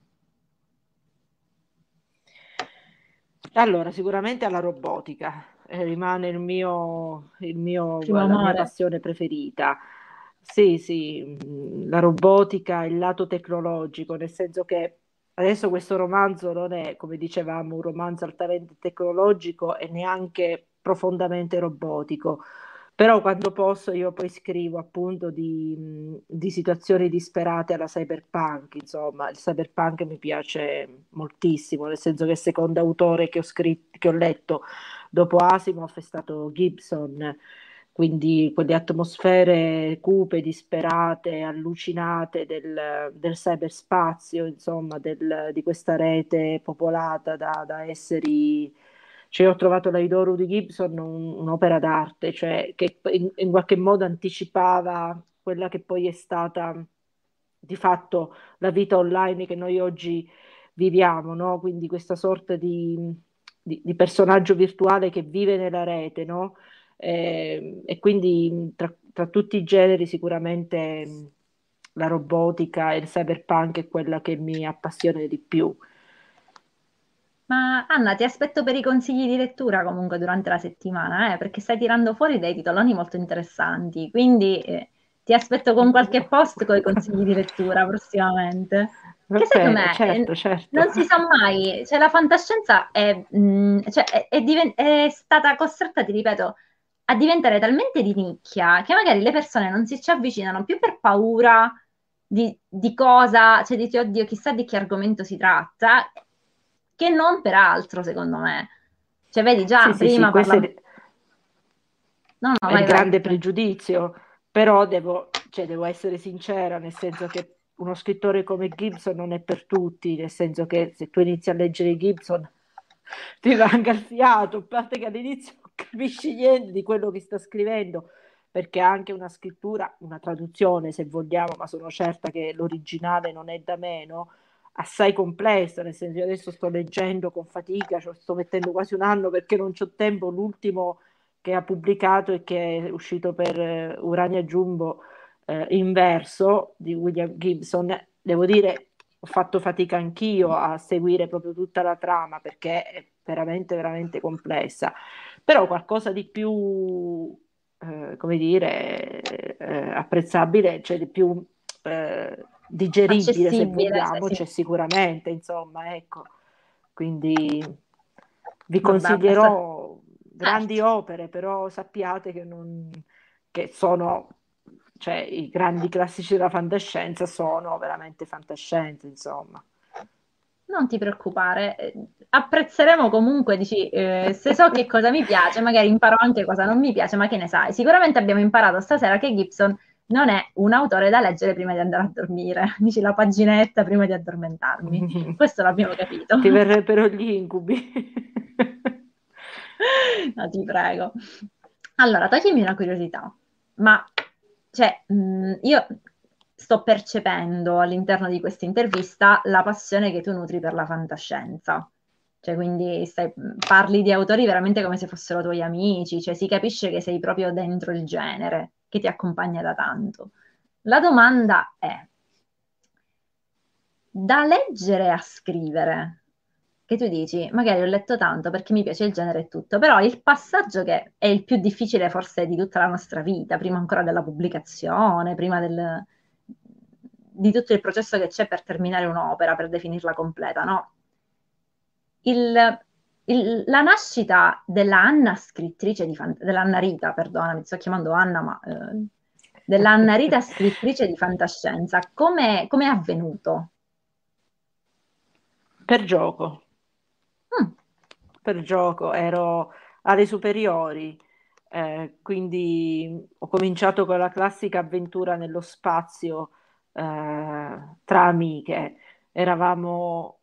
Allora, sicuramente alla robotica, rimane Primo la mia amore. passione preferita. Sì, sì, la robotica, il lato tecnologico, nel senso che adesso questo romanzo non è, come dicevamo, un romanzo altamente tecnologico e neanche profondamente robotico. Però quando posso io poi scrivo appunto di situazioni disperate alla cyberpunk, insomma, il cyberpunk mi piace moltissimo, nel senso che il secondo autore che ho scritto, che ho letto dopo Asimov è stato Gibson, quindi quelle atmosfere cupe, disperate, allucinate del cyberspazio, insomma, di questa rete popolata da esseri. Cioè, ho trovato la Idoru di Gibson un'opera d'arte, cioè, che in qualche modo anticipava quella che poi è stata di fatto la vita online che noi oggi viviamo, no? Quindi questa sorta di personaggio virtuale che vive nella rete, no? E quindi tra tutti i generi sicuramente la robotica e il cyberpunk è quella che mi appassiona di più. Ma Anna, ti aspetto per i consigli di lettura comunque durante la settimana, perché stai tirando fuori dei titoloni molto interessanti, quindi ti aspetto con qualche post con i consigli di lettura prossimamente. Va Che secondo bene, me certo, certo. non si sa mai, cioè la fantascienza cioè, è stata costretta, ti ripeto, a diventare talmente di nicchia che magari le persone non si ci avvicinano più per paura di cosa, cioè dici, oddio, chissà di che argomento si tratta, che non per altro, secondo me. Cioè, vedi, Sì, già sì, sì, prima questo parlavamo. No, no, è il vai, vai. grande pregiudizio, però devo essere sincera, nel senso che uno scrittore come Gibson non è per tutti, nel senso che se tu inizi a leggere Gibson ti manca il fiato, a parte che all'inizio non capisci niente di quello che sta scrivendo, perché ha anche una scrittura, una traduzione se vogliamo, ma sono certa che l'originale non è da meno, assai complessa, nel senso che adesso sto leggendo con fatica, sto mettendo quasi un anno perché non c'ho tempo, l'ultimo che ha pubblicato e che è uscito per Urania Jumbo in verso di William Gibson. Devo dire, ho fatto fatica anch'io a seguire proprio tutta la trama perché è veramente, veramente complessa, però qualcosa di più, come dire, apprezzabile, cioè di più digeribile se Accessibile, cioè, vogliamo, sì. c'è sicuramente, insomma, ecco. Quindi vi Vabbè, basta. consiglierò grandi Certo. opere, però sappiate che sono, cioè i grandi classici della fantascienza sono veramente fantascienza, insomma. Non ti preoccupare, apprezzeremo comunque, dici, se so che cosa mi piace, magari imparo anche cosa non mi piace, ma che ne sai? Sicuramente abbiamo imparato stasera che Gibson non è un autore da leggere prima di andare a dormire, dici la paginetta prima di addormentarmi. Questo l'abbiamo capito. Ti verrebbero gli incubi. No, ti prego. Allora, toglimi una curiosità, ma cioè, io sto percependo all'interno di questa intervista la passione che tu nutri per la fantascienza. Cioè, quindi parli di autori veramente come se fossero tuoi amici, cioè si capisce che sei proprio dentro il genere, che ti accompagna da tanto. La domanda è, da leggere a scrivere, che tu dici, magari ho letto tanto perché mi piace il genere e tutto, però il passaggio che è il più difficile forse di tutta la nostra vita, prima ancora della pubblicazione, di tutto il processo che c'è per terminare un'opera, per definirla completa, no? Il- la nascita della Anna scrittrice della Anna Rita, perdona, mi sto chiamando Anna, ma della Anna Rita scrittrice di fantascienza, come è avvenuto? Per gioco. Mm. Per gioco, ero alle superiori, quindi ho cominciato con la classica avventura nello spazio tra amiche. Eravamo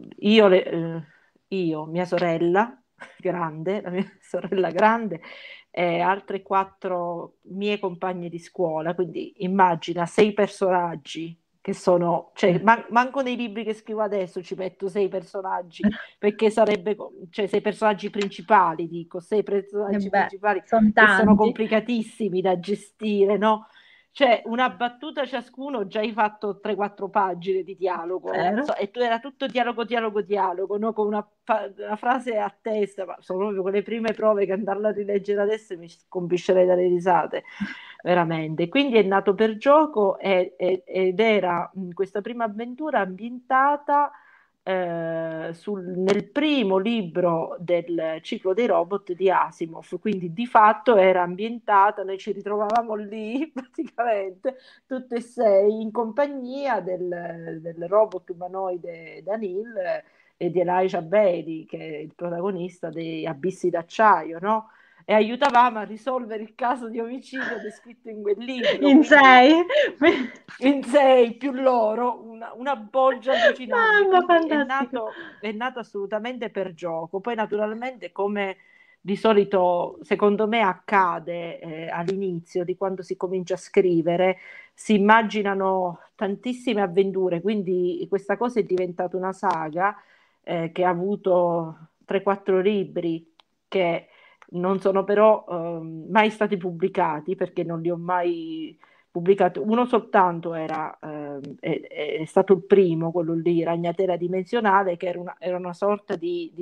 io, mia sorella grande, la mia sorella grande e altre quattro mie compagne di scuola, quindi immagina sei personaggi che sono, cioè, manco nei libri che scrivo adesso ci metto 6 personaggi, perché sarebbe, cioè 6 personaggi principali, dico, sei E personaggi beh, principali sono che sono tanti, complicatissimi da gestire, no? Cioè, una battuta ciascuno, già hai fatto 3-4 pagine di dialogo, vero? e tu era tutto dialogo, dialogo, dialogo, no? Con una frase a testa, ma sono proprio quelle prime prove che andarla a rileggere adesso mi scompiscerei dalle risate, veramente. Quindi è nato per gioco ed era questa prima avventura ambientata nel primo libro del ciclo dei robot di Asimov, quindi di fatto era ambientata, noi ci ritrovavamo lì praticamente tutte e sei in compagnia del robot umanoide Danil e di Elijah Baley, che è il protagonista dei Abissi d'acciaio, no? E aiutavamo a risolvere il caso di omicidio descritto in quel libro, In quindi sei? in sei più loro, una bolgia allucinante, Mamma, quindi fantastico. è nato assolutamente per gioco. Poi naturalmente come di solito secondo me accade all'inizio di quando si comincia a scrivere, si immaginano tantissime avventure, quindi questa cosa è diventata una saga che ha avuto 3-4 libri che non sono però mai stati pubblicati perché non li ho mai pubblicati. Uno soltanto è stato il primo, quello lì, Ragnatela Dimensionale, che era una sorta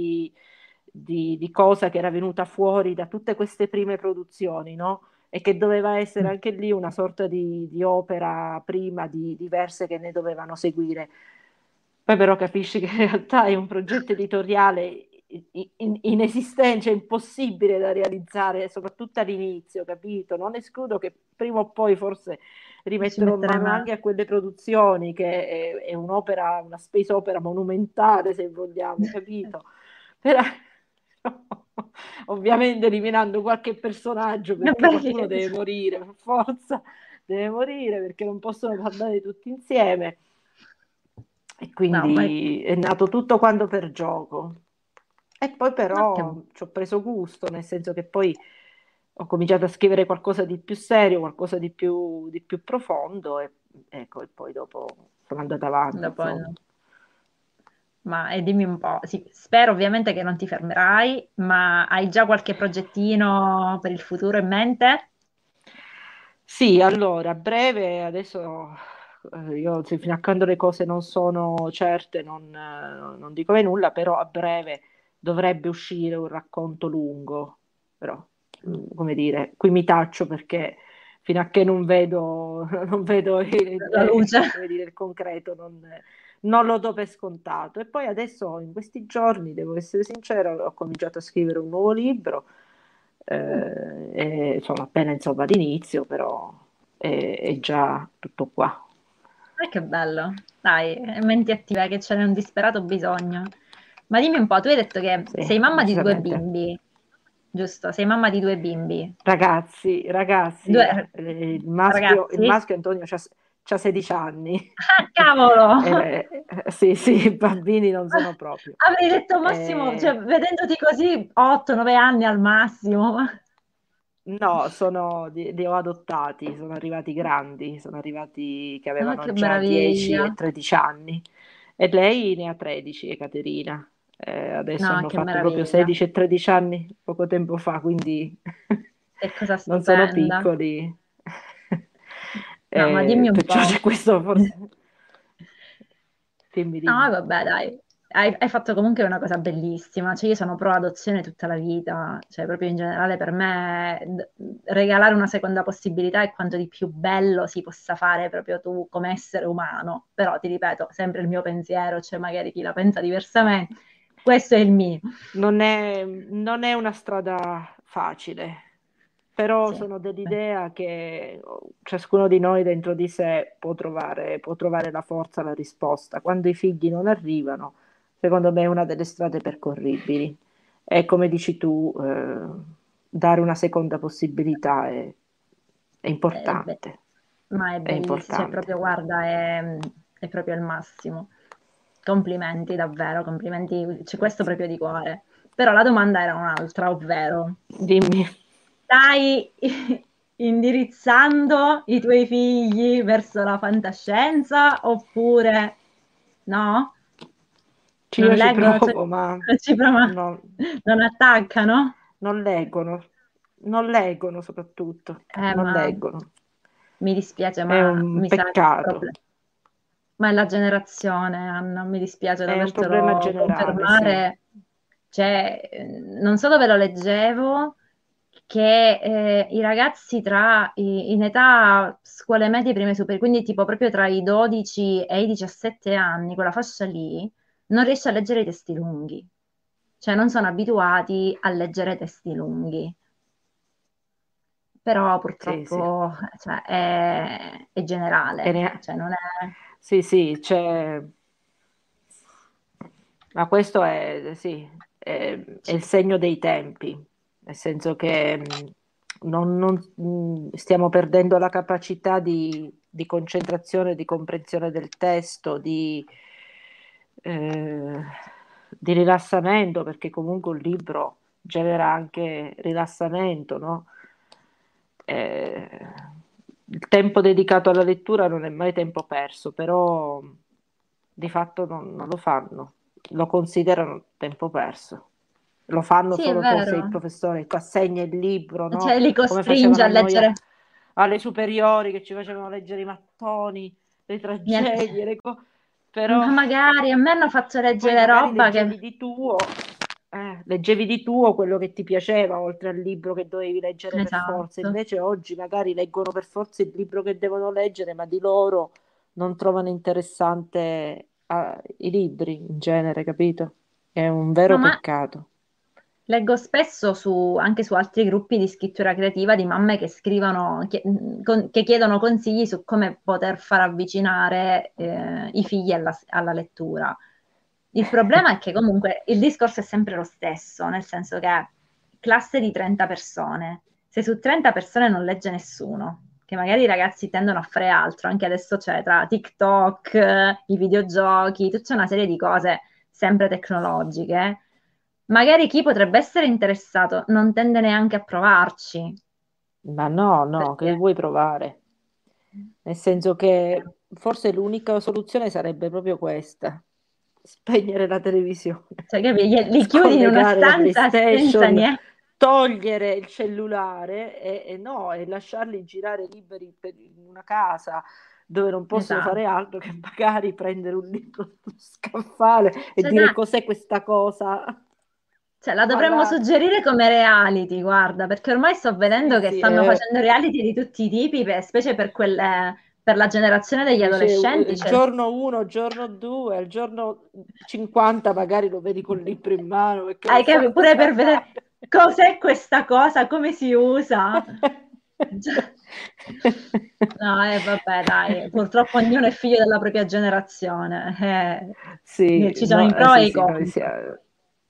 di cosa che era venuta fuori da tutte queste prime produzioni, no? E che doveva essere anche lì una sorta di opera prima di diverse che ne dovevano seguire. Poi però capisci che in realtà è un progetto editoriale inesistente, cioè impossibile da realizzare, soprattutto all'inizio, capito? Non escludo che prima o poi forse Ci rimetterò metterei mano mano. anche a quelle produzioni, che è un'opera, una space opera monumentale, se vogliamo, capito? Però, ovviamente eliminando qualche personaggio È perché qualcuno deve bellissimo. morire, per forza deve morire perché non possono parlare tutti insieme. E No, ma quindi è nato tutto quanto per gioco. E poi che però ci ho preso gusto, nel senso che poi ho cominciato a scrivere qualcosa di più serio, qualcosa di più profondo e, ecco, e poi dopo sono andata avanti, dopo insomma. no. Ma dimmi un po', sì, spero ovviamente che non ti fermerai, ma hai già qualche progettino per il futuro in mente? Sì, allora, a breve, adesso io sì, fino a quando le cose non sono certe non dico mai nulla, però a breve dovrebbe uscire un racconto lungo, però, come dire, qui mi taccio perché fino a che non vedo, non vedo La luce. come dire, il concreto, non lo do per scontato. E poi adesso, in questi giorni, devo essere sincera, ho cominciato a scrivere un nuovo libro sono appena insomma all'inizio, però è già tutto qua. Che bello, dai, menti attive che ce n'è un disperato bisogno. Ma dimmi un po', tu hai detto che Sì, sei mamma di due decisamente. bimbi, giusto? Sei mamma di due bimbi. Ragazzi, Due il ragazzi? maschio Antonio c'ha 16 anni. Ah, cavolo! Sì, sì, i bambini non sono proprio. Avrei detto massimo, cioè, Eh, vedendoti così, 8-9 anni al massimo. no, li ho adottati, sono arrivati grandi, sono arrivati che Ah, avevano che già 10 e meraviglia. 13 anni e lei ne ha 13, Caterina. Adesso No, hanno che fatto proprio meraviglia. 16 e 13 anni poco tempo fa, quindi Che cosa non sono stupenda. piccoli. No, ma dimmi un Perciò po'. c'è questo forse. Dimmi, No, dimmi. vabbè, dai. Hai fatto comunque una cosa bellissima. Cioè, io sono pro adozione tutta la vita. Cioè, proprio in generale, per me, regalare una seconda possibilità è quanto di più bello si possa fare proprio tu come essere umano. Però, ti ripeto, sempre il mio pensiero, cioè magari chi la pensa diversamente. Questo è il mio. Non è una strada facile, però Sì. sono dell'idea che ciascuno di noi dentro di sé può trovare la forza, la risposta. Quando i figli non arrivano, secondo me è una delle strade percorribili. E come dici tu, dare una seconda possibilità è Beh, importante, ma è è bellissimo, cioè importante. proprio guarda, è proprio il massimo. Complimenti, davvero, complimenti, c'è questo Grazie. proprio di cuore. Però la domanda era un'altra, ovvero, Dimmi. dai indirizzando i tuoi figli verso la fantascienza oppure no? Non Io ci leggono, cioè, provo, ma no, non attaccano? non leggono, non leggono soprattutto, non Ma leggono. mi dispiace, È ma un mi sa che è un peccato, problema. Ma è la generazione, Anna, mi dispiace è un problema dovertelo generale, sì. confermare. Cioè, non so dove lo leggevo, che i ragazzi in età scuole medie, prime superiori, quindi tipo proprio tra i 12 e i 17 anni, quella fascia lì, non riesce a leggere i testi lunghi. Cioè, non sono abituati a leggere testi lunghi. Però Sì, sì. purtroppo, cioè, è E generale, ne- cioè non è... Sì, sì, ma questo è, sì, è il segno dei tempi, nel senso che stiamo perdendo la capacità di concentrazione, di comprensione del testo, eh, di rilassamento, perché comunque un libro genera anche rilassamento, no? Eh, il tempo dedicato alla lettura non è mai tempo perso, però di fatto non lo fanno, lo considerano tempo perso. Lo fanno Sì, è solo se il vero, professore ti assegna il libro, no? cioè li Come costringe facevano a a noi leggere alle superiori, che ci facevano leggere i mattoni, le niente. tragedie, però Ma magari a me hanno fatto poi leggere magari roba che... leggevi di tuo quello che ti piaceva, oltre al libro che dovevi leggere per forza. Esatto. Invece oggi magari leggono per forza il libro che devono leggere, ma di loro non trovano interessante i libri in genere, capito? È un No, vero ma peccato. leggo spesso anche su altri gruppi di scrittura creativa di mamme che scrivono, che chiedono consigli su come poter far avvicinare i figli alla lettura. Il problema è che comunque il discorso è sempre lo stesso, nel senso che classe di 30 persone, se su 30 persone non legge nessuno, che magari i ragazzi tendono a fare altro, anche adesso c'è tra TikTok, i videogiochi, tutta una serie di cose sempre tecnologiche. Magari chi potrebbe essere interessato non tende neanche a provarci, Ma no, no, perché che vuoi provare? Nel senso che forse l'unica soluzione sarebbe proprio questa: spegnere la televisione, cioè, li chiudi in una scollegare la stanza senza PlayStation, niente. togliere il cellulare e lasciarli girare liberi in una casa dove non possono Esatto. fare altro che magari prendere un libro sullo scaffale e Cioè, dire cos'è questa cosa. la Ma dovremmo là, suggerire come reality, guarda, perché ormai sto sì, vedendo che sì, stanno facendo reality di tutti i tipi, specie per la generazione degli dice adolescenti. il Cioè, giorno 1, giorno 2, al giorno 50 magari lo vedi col libro in mano perché non hai sa capito? Pure cosa per vedere fare. cos'è questa cosa, come si usa. Già. No, vabbè, dai, purtroppo ognuno è figlio della propria generazione. Sì, Ci sono no, i pro sì, e i sì, noi contro. siamo...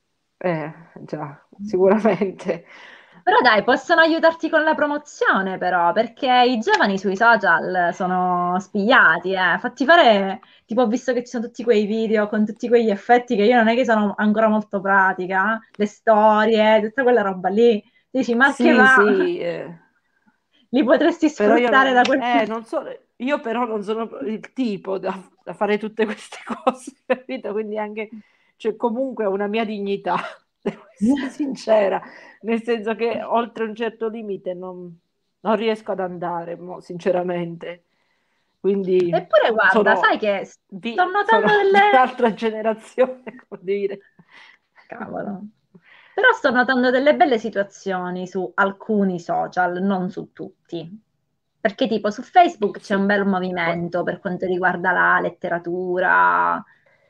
già, sicuramente. Però dai, possono aiutarti con la promozione, però, perché i giovani sui social sono spigliati, eh. Fatti fare, tipo, ho visto che ci sono tutti quei video con tutti quegli effetti che io non è che sono ancora molto pratica, le storie, tutta quella roba lì. Dici, ma che Sì, va? sì, Li potresti però io sfruttare da quel punto. non so, io però non sono il tipo da fare tutte queste cose, capito? Quindi anche, cioè, comunque ho una mia dignità, devo essere sincera, nel senso che oltre un certo limite non riesco ad andare, sinceramente. Quindi Eppure, guarda, sai sono che sto sono notando di delle... un'altra generazione, come dire. Cavolo. Però sto notando delle belle situazioni su alcuni social, non su tutti. Perché tipo su Facebook c'è un Sì. bel movimento per quanto riguarda la letteratura,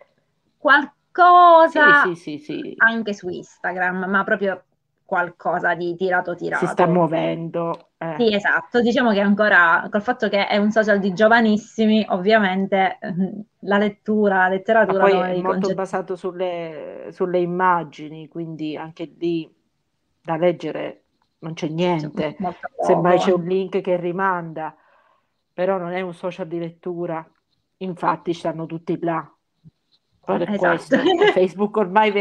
qualcosa Sì, sì, sì, anche su Instagram, ma proprio qualcosa di tirato si sta tirato. muovendo. Sì, esatto, diciamo che ancora col fatto che è un social di giovanissimi, ovviamente la lettura, la Ma letteratura poi sono è dei molto concetti basato sulle immagini, quindi anche lì da leggere non c'è cioè, niente. molto Semmai poco. c'è un link che rimanda, però non è un social di lettura. Infatti stanno tutti là. Per Esatto. questo. Facebook ormai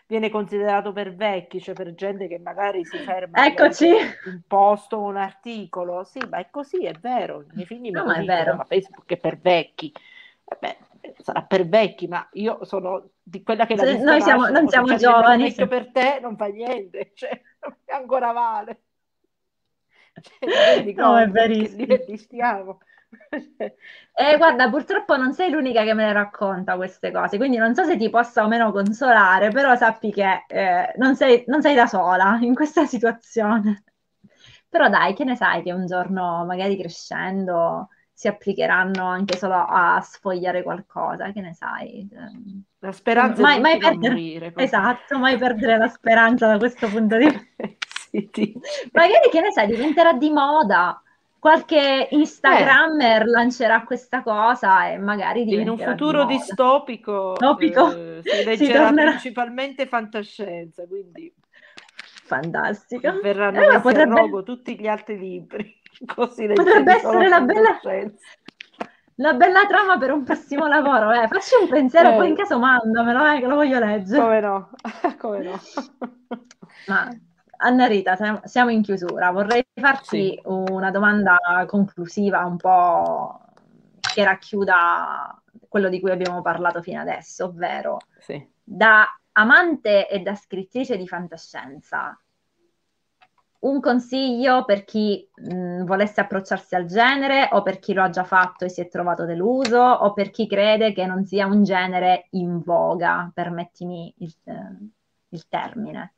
viene considerato per vecchi, cioè per gente che magari si ferma a Eccoci. leggere un post o un articolo. Sì, ma è così, è vero. I miei figli me No, lo ma è dicono, vero. ma Facebook è per vecchi. Vabbè, sarà per vecchi, ma io sono di quella che l'ha visto Noi siamo, nascere, non se siamo già diventato giovani. vecchio per te non fa niente, cioè ancora vale. Cioè, ti rendi No, è conto a che verissimo. livelli stiamo? Guarda, purtroppo non sei l'unica che me ne racconta queste cose, quindi non so se ti possa o meno consolare, però sappi che non sei da sola in questa situazione. Però dai, che ne sai che un giorno, magari crescendo, si applicheranno anche solo a sfogliare qualcosa, che ne sai? La speranza è Mai l'ultima a perdere, morire. esatto, mai perdere la speranza da questo punto di vista. Si dice. Magari, che ne sai, diventerà di moda. Qualche Eh, Instagrammer lancerà questa cosa e magari in un diventerà di futuro moda. distopico Topico, si si leggerà tornerà. principalmente fantascienza, quindi Fantastico. verranno messi a Potrebbe, rogo tutti gli altri libri, così potrebbe leggevi solo essere fantascienza. la bella trama per un prossimo lavoro. Facci un pensiero, poi in Eh, caso mandamelo, che lo voglio leggere. come no, come no. Ma Anna Rita, siamo in chiusura. Vorrei Sì, farti una domanda conclusiva, un po' che racchiuda quello di cui abbiamo parlato fino adesso, ovvero sì. da amante e da scrittrice di fantascienza, un consiglio per chi volesse approcciarsi al genere o per chi lo ha già fatto e si è trovato deluso o per chi crede che non sia un genere in voga, permettimi il termine.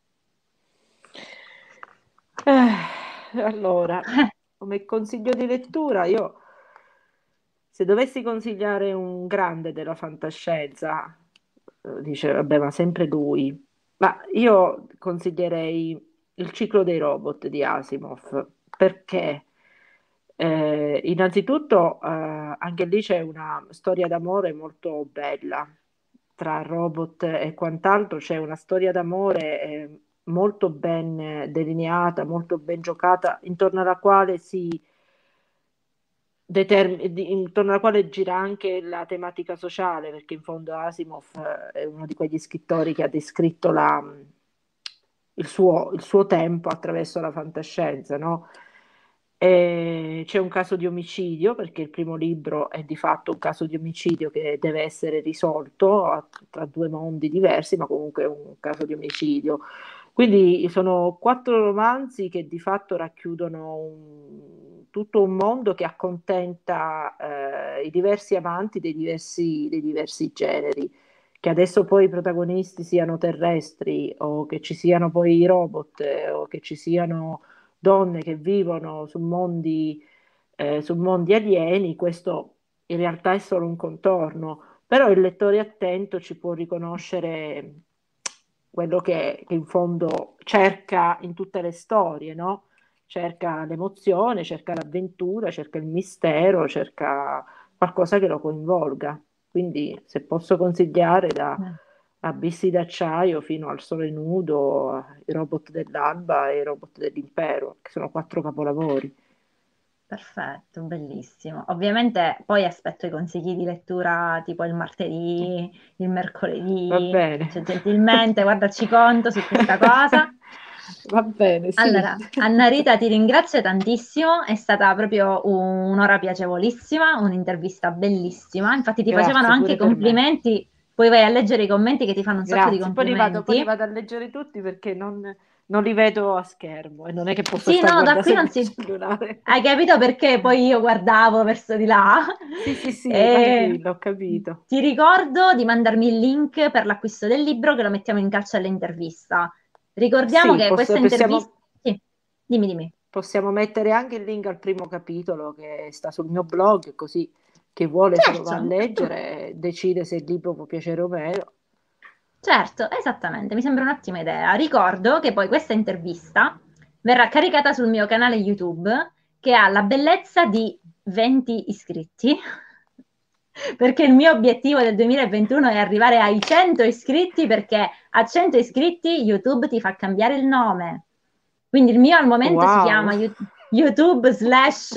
Allora, come consiglio di lettura, io se dovessi consigliare un grande della fantascienza, dice, vabbè, ma sempre lui, ma io consiglierei Il ciclo dei robot di Asimov, perché innanzitutto anche lì c'è una storia d'amore molto bella tra robot e quant'altro, c'è una storia d'amore molto ben delineata, molto ben giocata, intorno alla quale intorno alla quale gira anche la tematica sociale, perché in fondo Asimov è uno di quegli scrittori che ha descritto il suo tempo attraverso la fantascienza, no? E c'è un caso di omicidio, perché il primo libro è di fatto un caso di omicidio che deve essere risolto tra due mondi diversi, ma comunque è un caso di omicidio. Quindi sono 4 romanzi che di fatto racchiudono tutto un mondo che accontenta i diversi amanti dei diversi generi. Che adesso poi i protagonisti siano terrestri o che ci siano poi i robot o che ci siano donne che vivono su mondi alieni, questo in realtà è solo un contorno, però il lettore attento ci può riconoscere quello che in fondo cerca in tutte le storie, no? Cerca l'emozione, cerca l'avventura, cerca il mistero, cerca qualcosa che lo coinvolga. Quindi, se posso consigliare, da Abissi d'acciaio fino al Sole nudo, i robot dell'alba e i robot dell'impero, che sono 4 capolavori. Perfetto, bellissimo. Ovviamente poi aspetto i consigli di lettura tipo il martedì, il Va mercoledì, bene. cioè gentilmente, guarda, ci conto su questa cosa. Va bene, sì. Allora, Anna Rita, ti ringrazio tantissimo, è stata proprio un'ora piacevolissima, un'intervista bellissima. Infatti ti facevano Grazie anche i pure per me. complimenti, poi vai a leggere i commenti che ti fanno un sacco di Grazie. Poi li complimenti. vado a leggere tutti perché non li vedo a schermo e non è che posso Sì, stare a no, da guardare qui non sempre il si... cellulare. Hai capito perché poi io guardavo verso di là? Sì, sì, sì, E tranquillo, ho capito. ti ricordo di mandarmi il link per l'acquisto del libro che lo mettiamo in calce all'intervista. Ricordiamo Sì, che questa intervista... possiamo, Sì, dimmi, dimmi. possiamo mettere anche il link al primo capitolo che sta sul mio blog, così chi vuole se lo va a Certo, leggere e decide se il libro può piacere o meno. certo, esattamente, mi sembra un'ottima idea. Ricordo che poi questa intervista verrà caricata sul mio canale YouTube che ha la bellezza di 20 iscritti, perché il mio obiettivo del 2021 è arrivare ai 100 iscritti, perché a 100 iscritti YouTube ti fa cambiare il nome. Quindi il mio al momento si chiama Wow! YouTube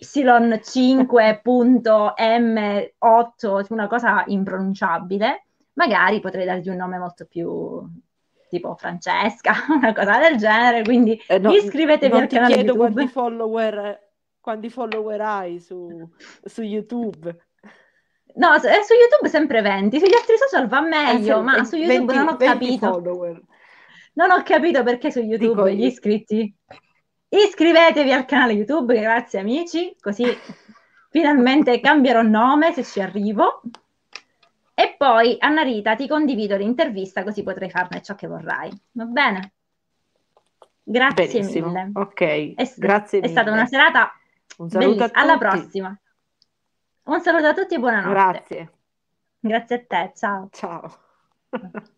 y5.m8, una cosa impronunciabile, magari potrei dargli un nome molto più tipo Francesca, una cosa del genere, quindi iscrivetevi Non al ti canale chiedo YouTube. quanti follower hai su YouTube. No, su YouTube sempre 20, sugli altri social va meglio, ma su YouTube non 20, ho 20 capito. follower. Non ho capito perché su Dico YouTube gli io. iscritti. Iscrivetevi al canale YouTube, grazie amici, così finalmente cambierò nome se ci arrivo. E poi, Anna Rita, ti condivido l'intervista così potrai farne ciò che vorrai. Va bene? Grazie Benissimo, mille. ok, È, grazie è stata una mille. serata Un saluto a bellissima. Alla tutti. prossima. Un saluto a tutti e buonanotte. Grazie. Grazie a te, ciao. Ciao.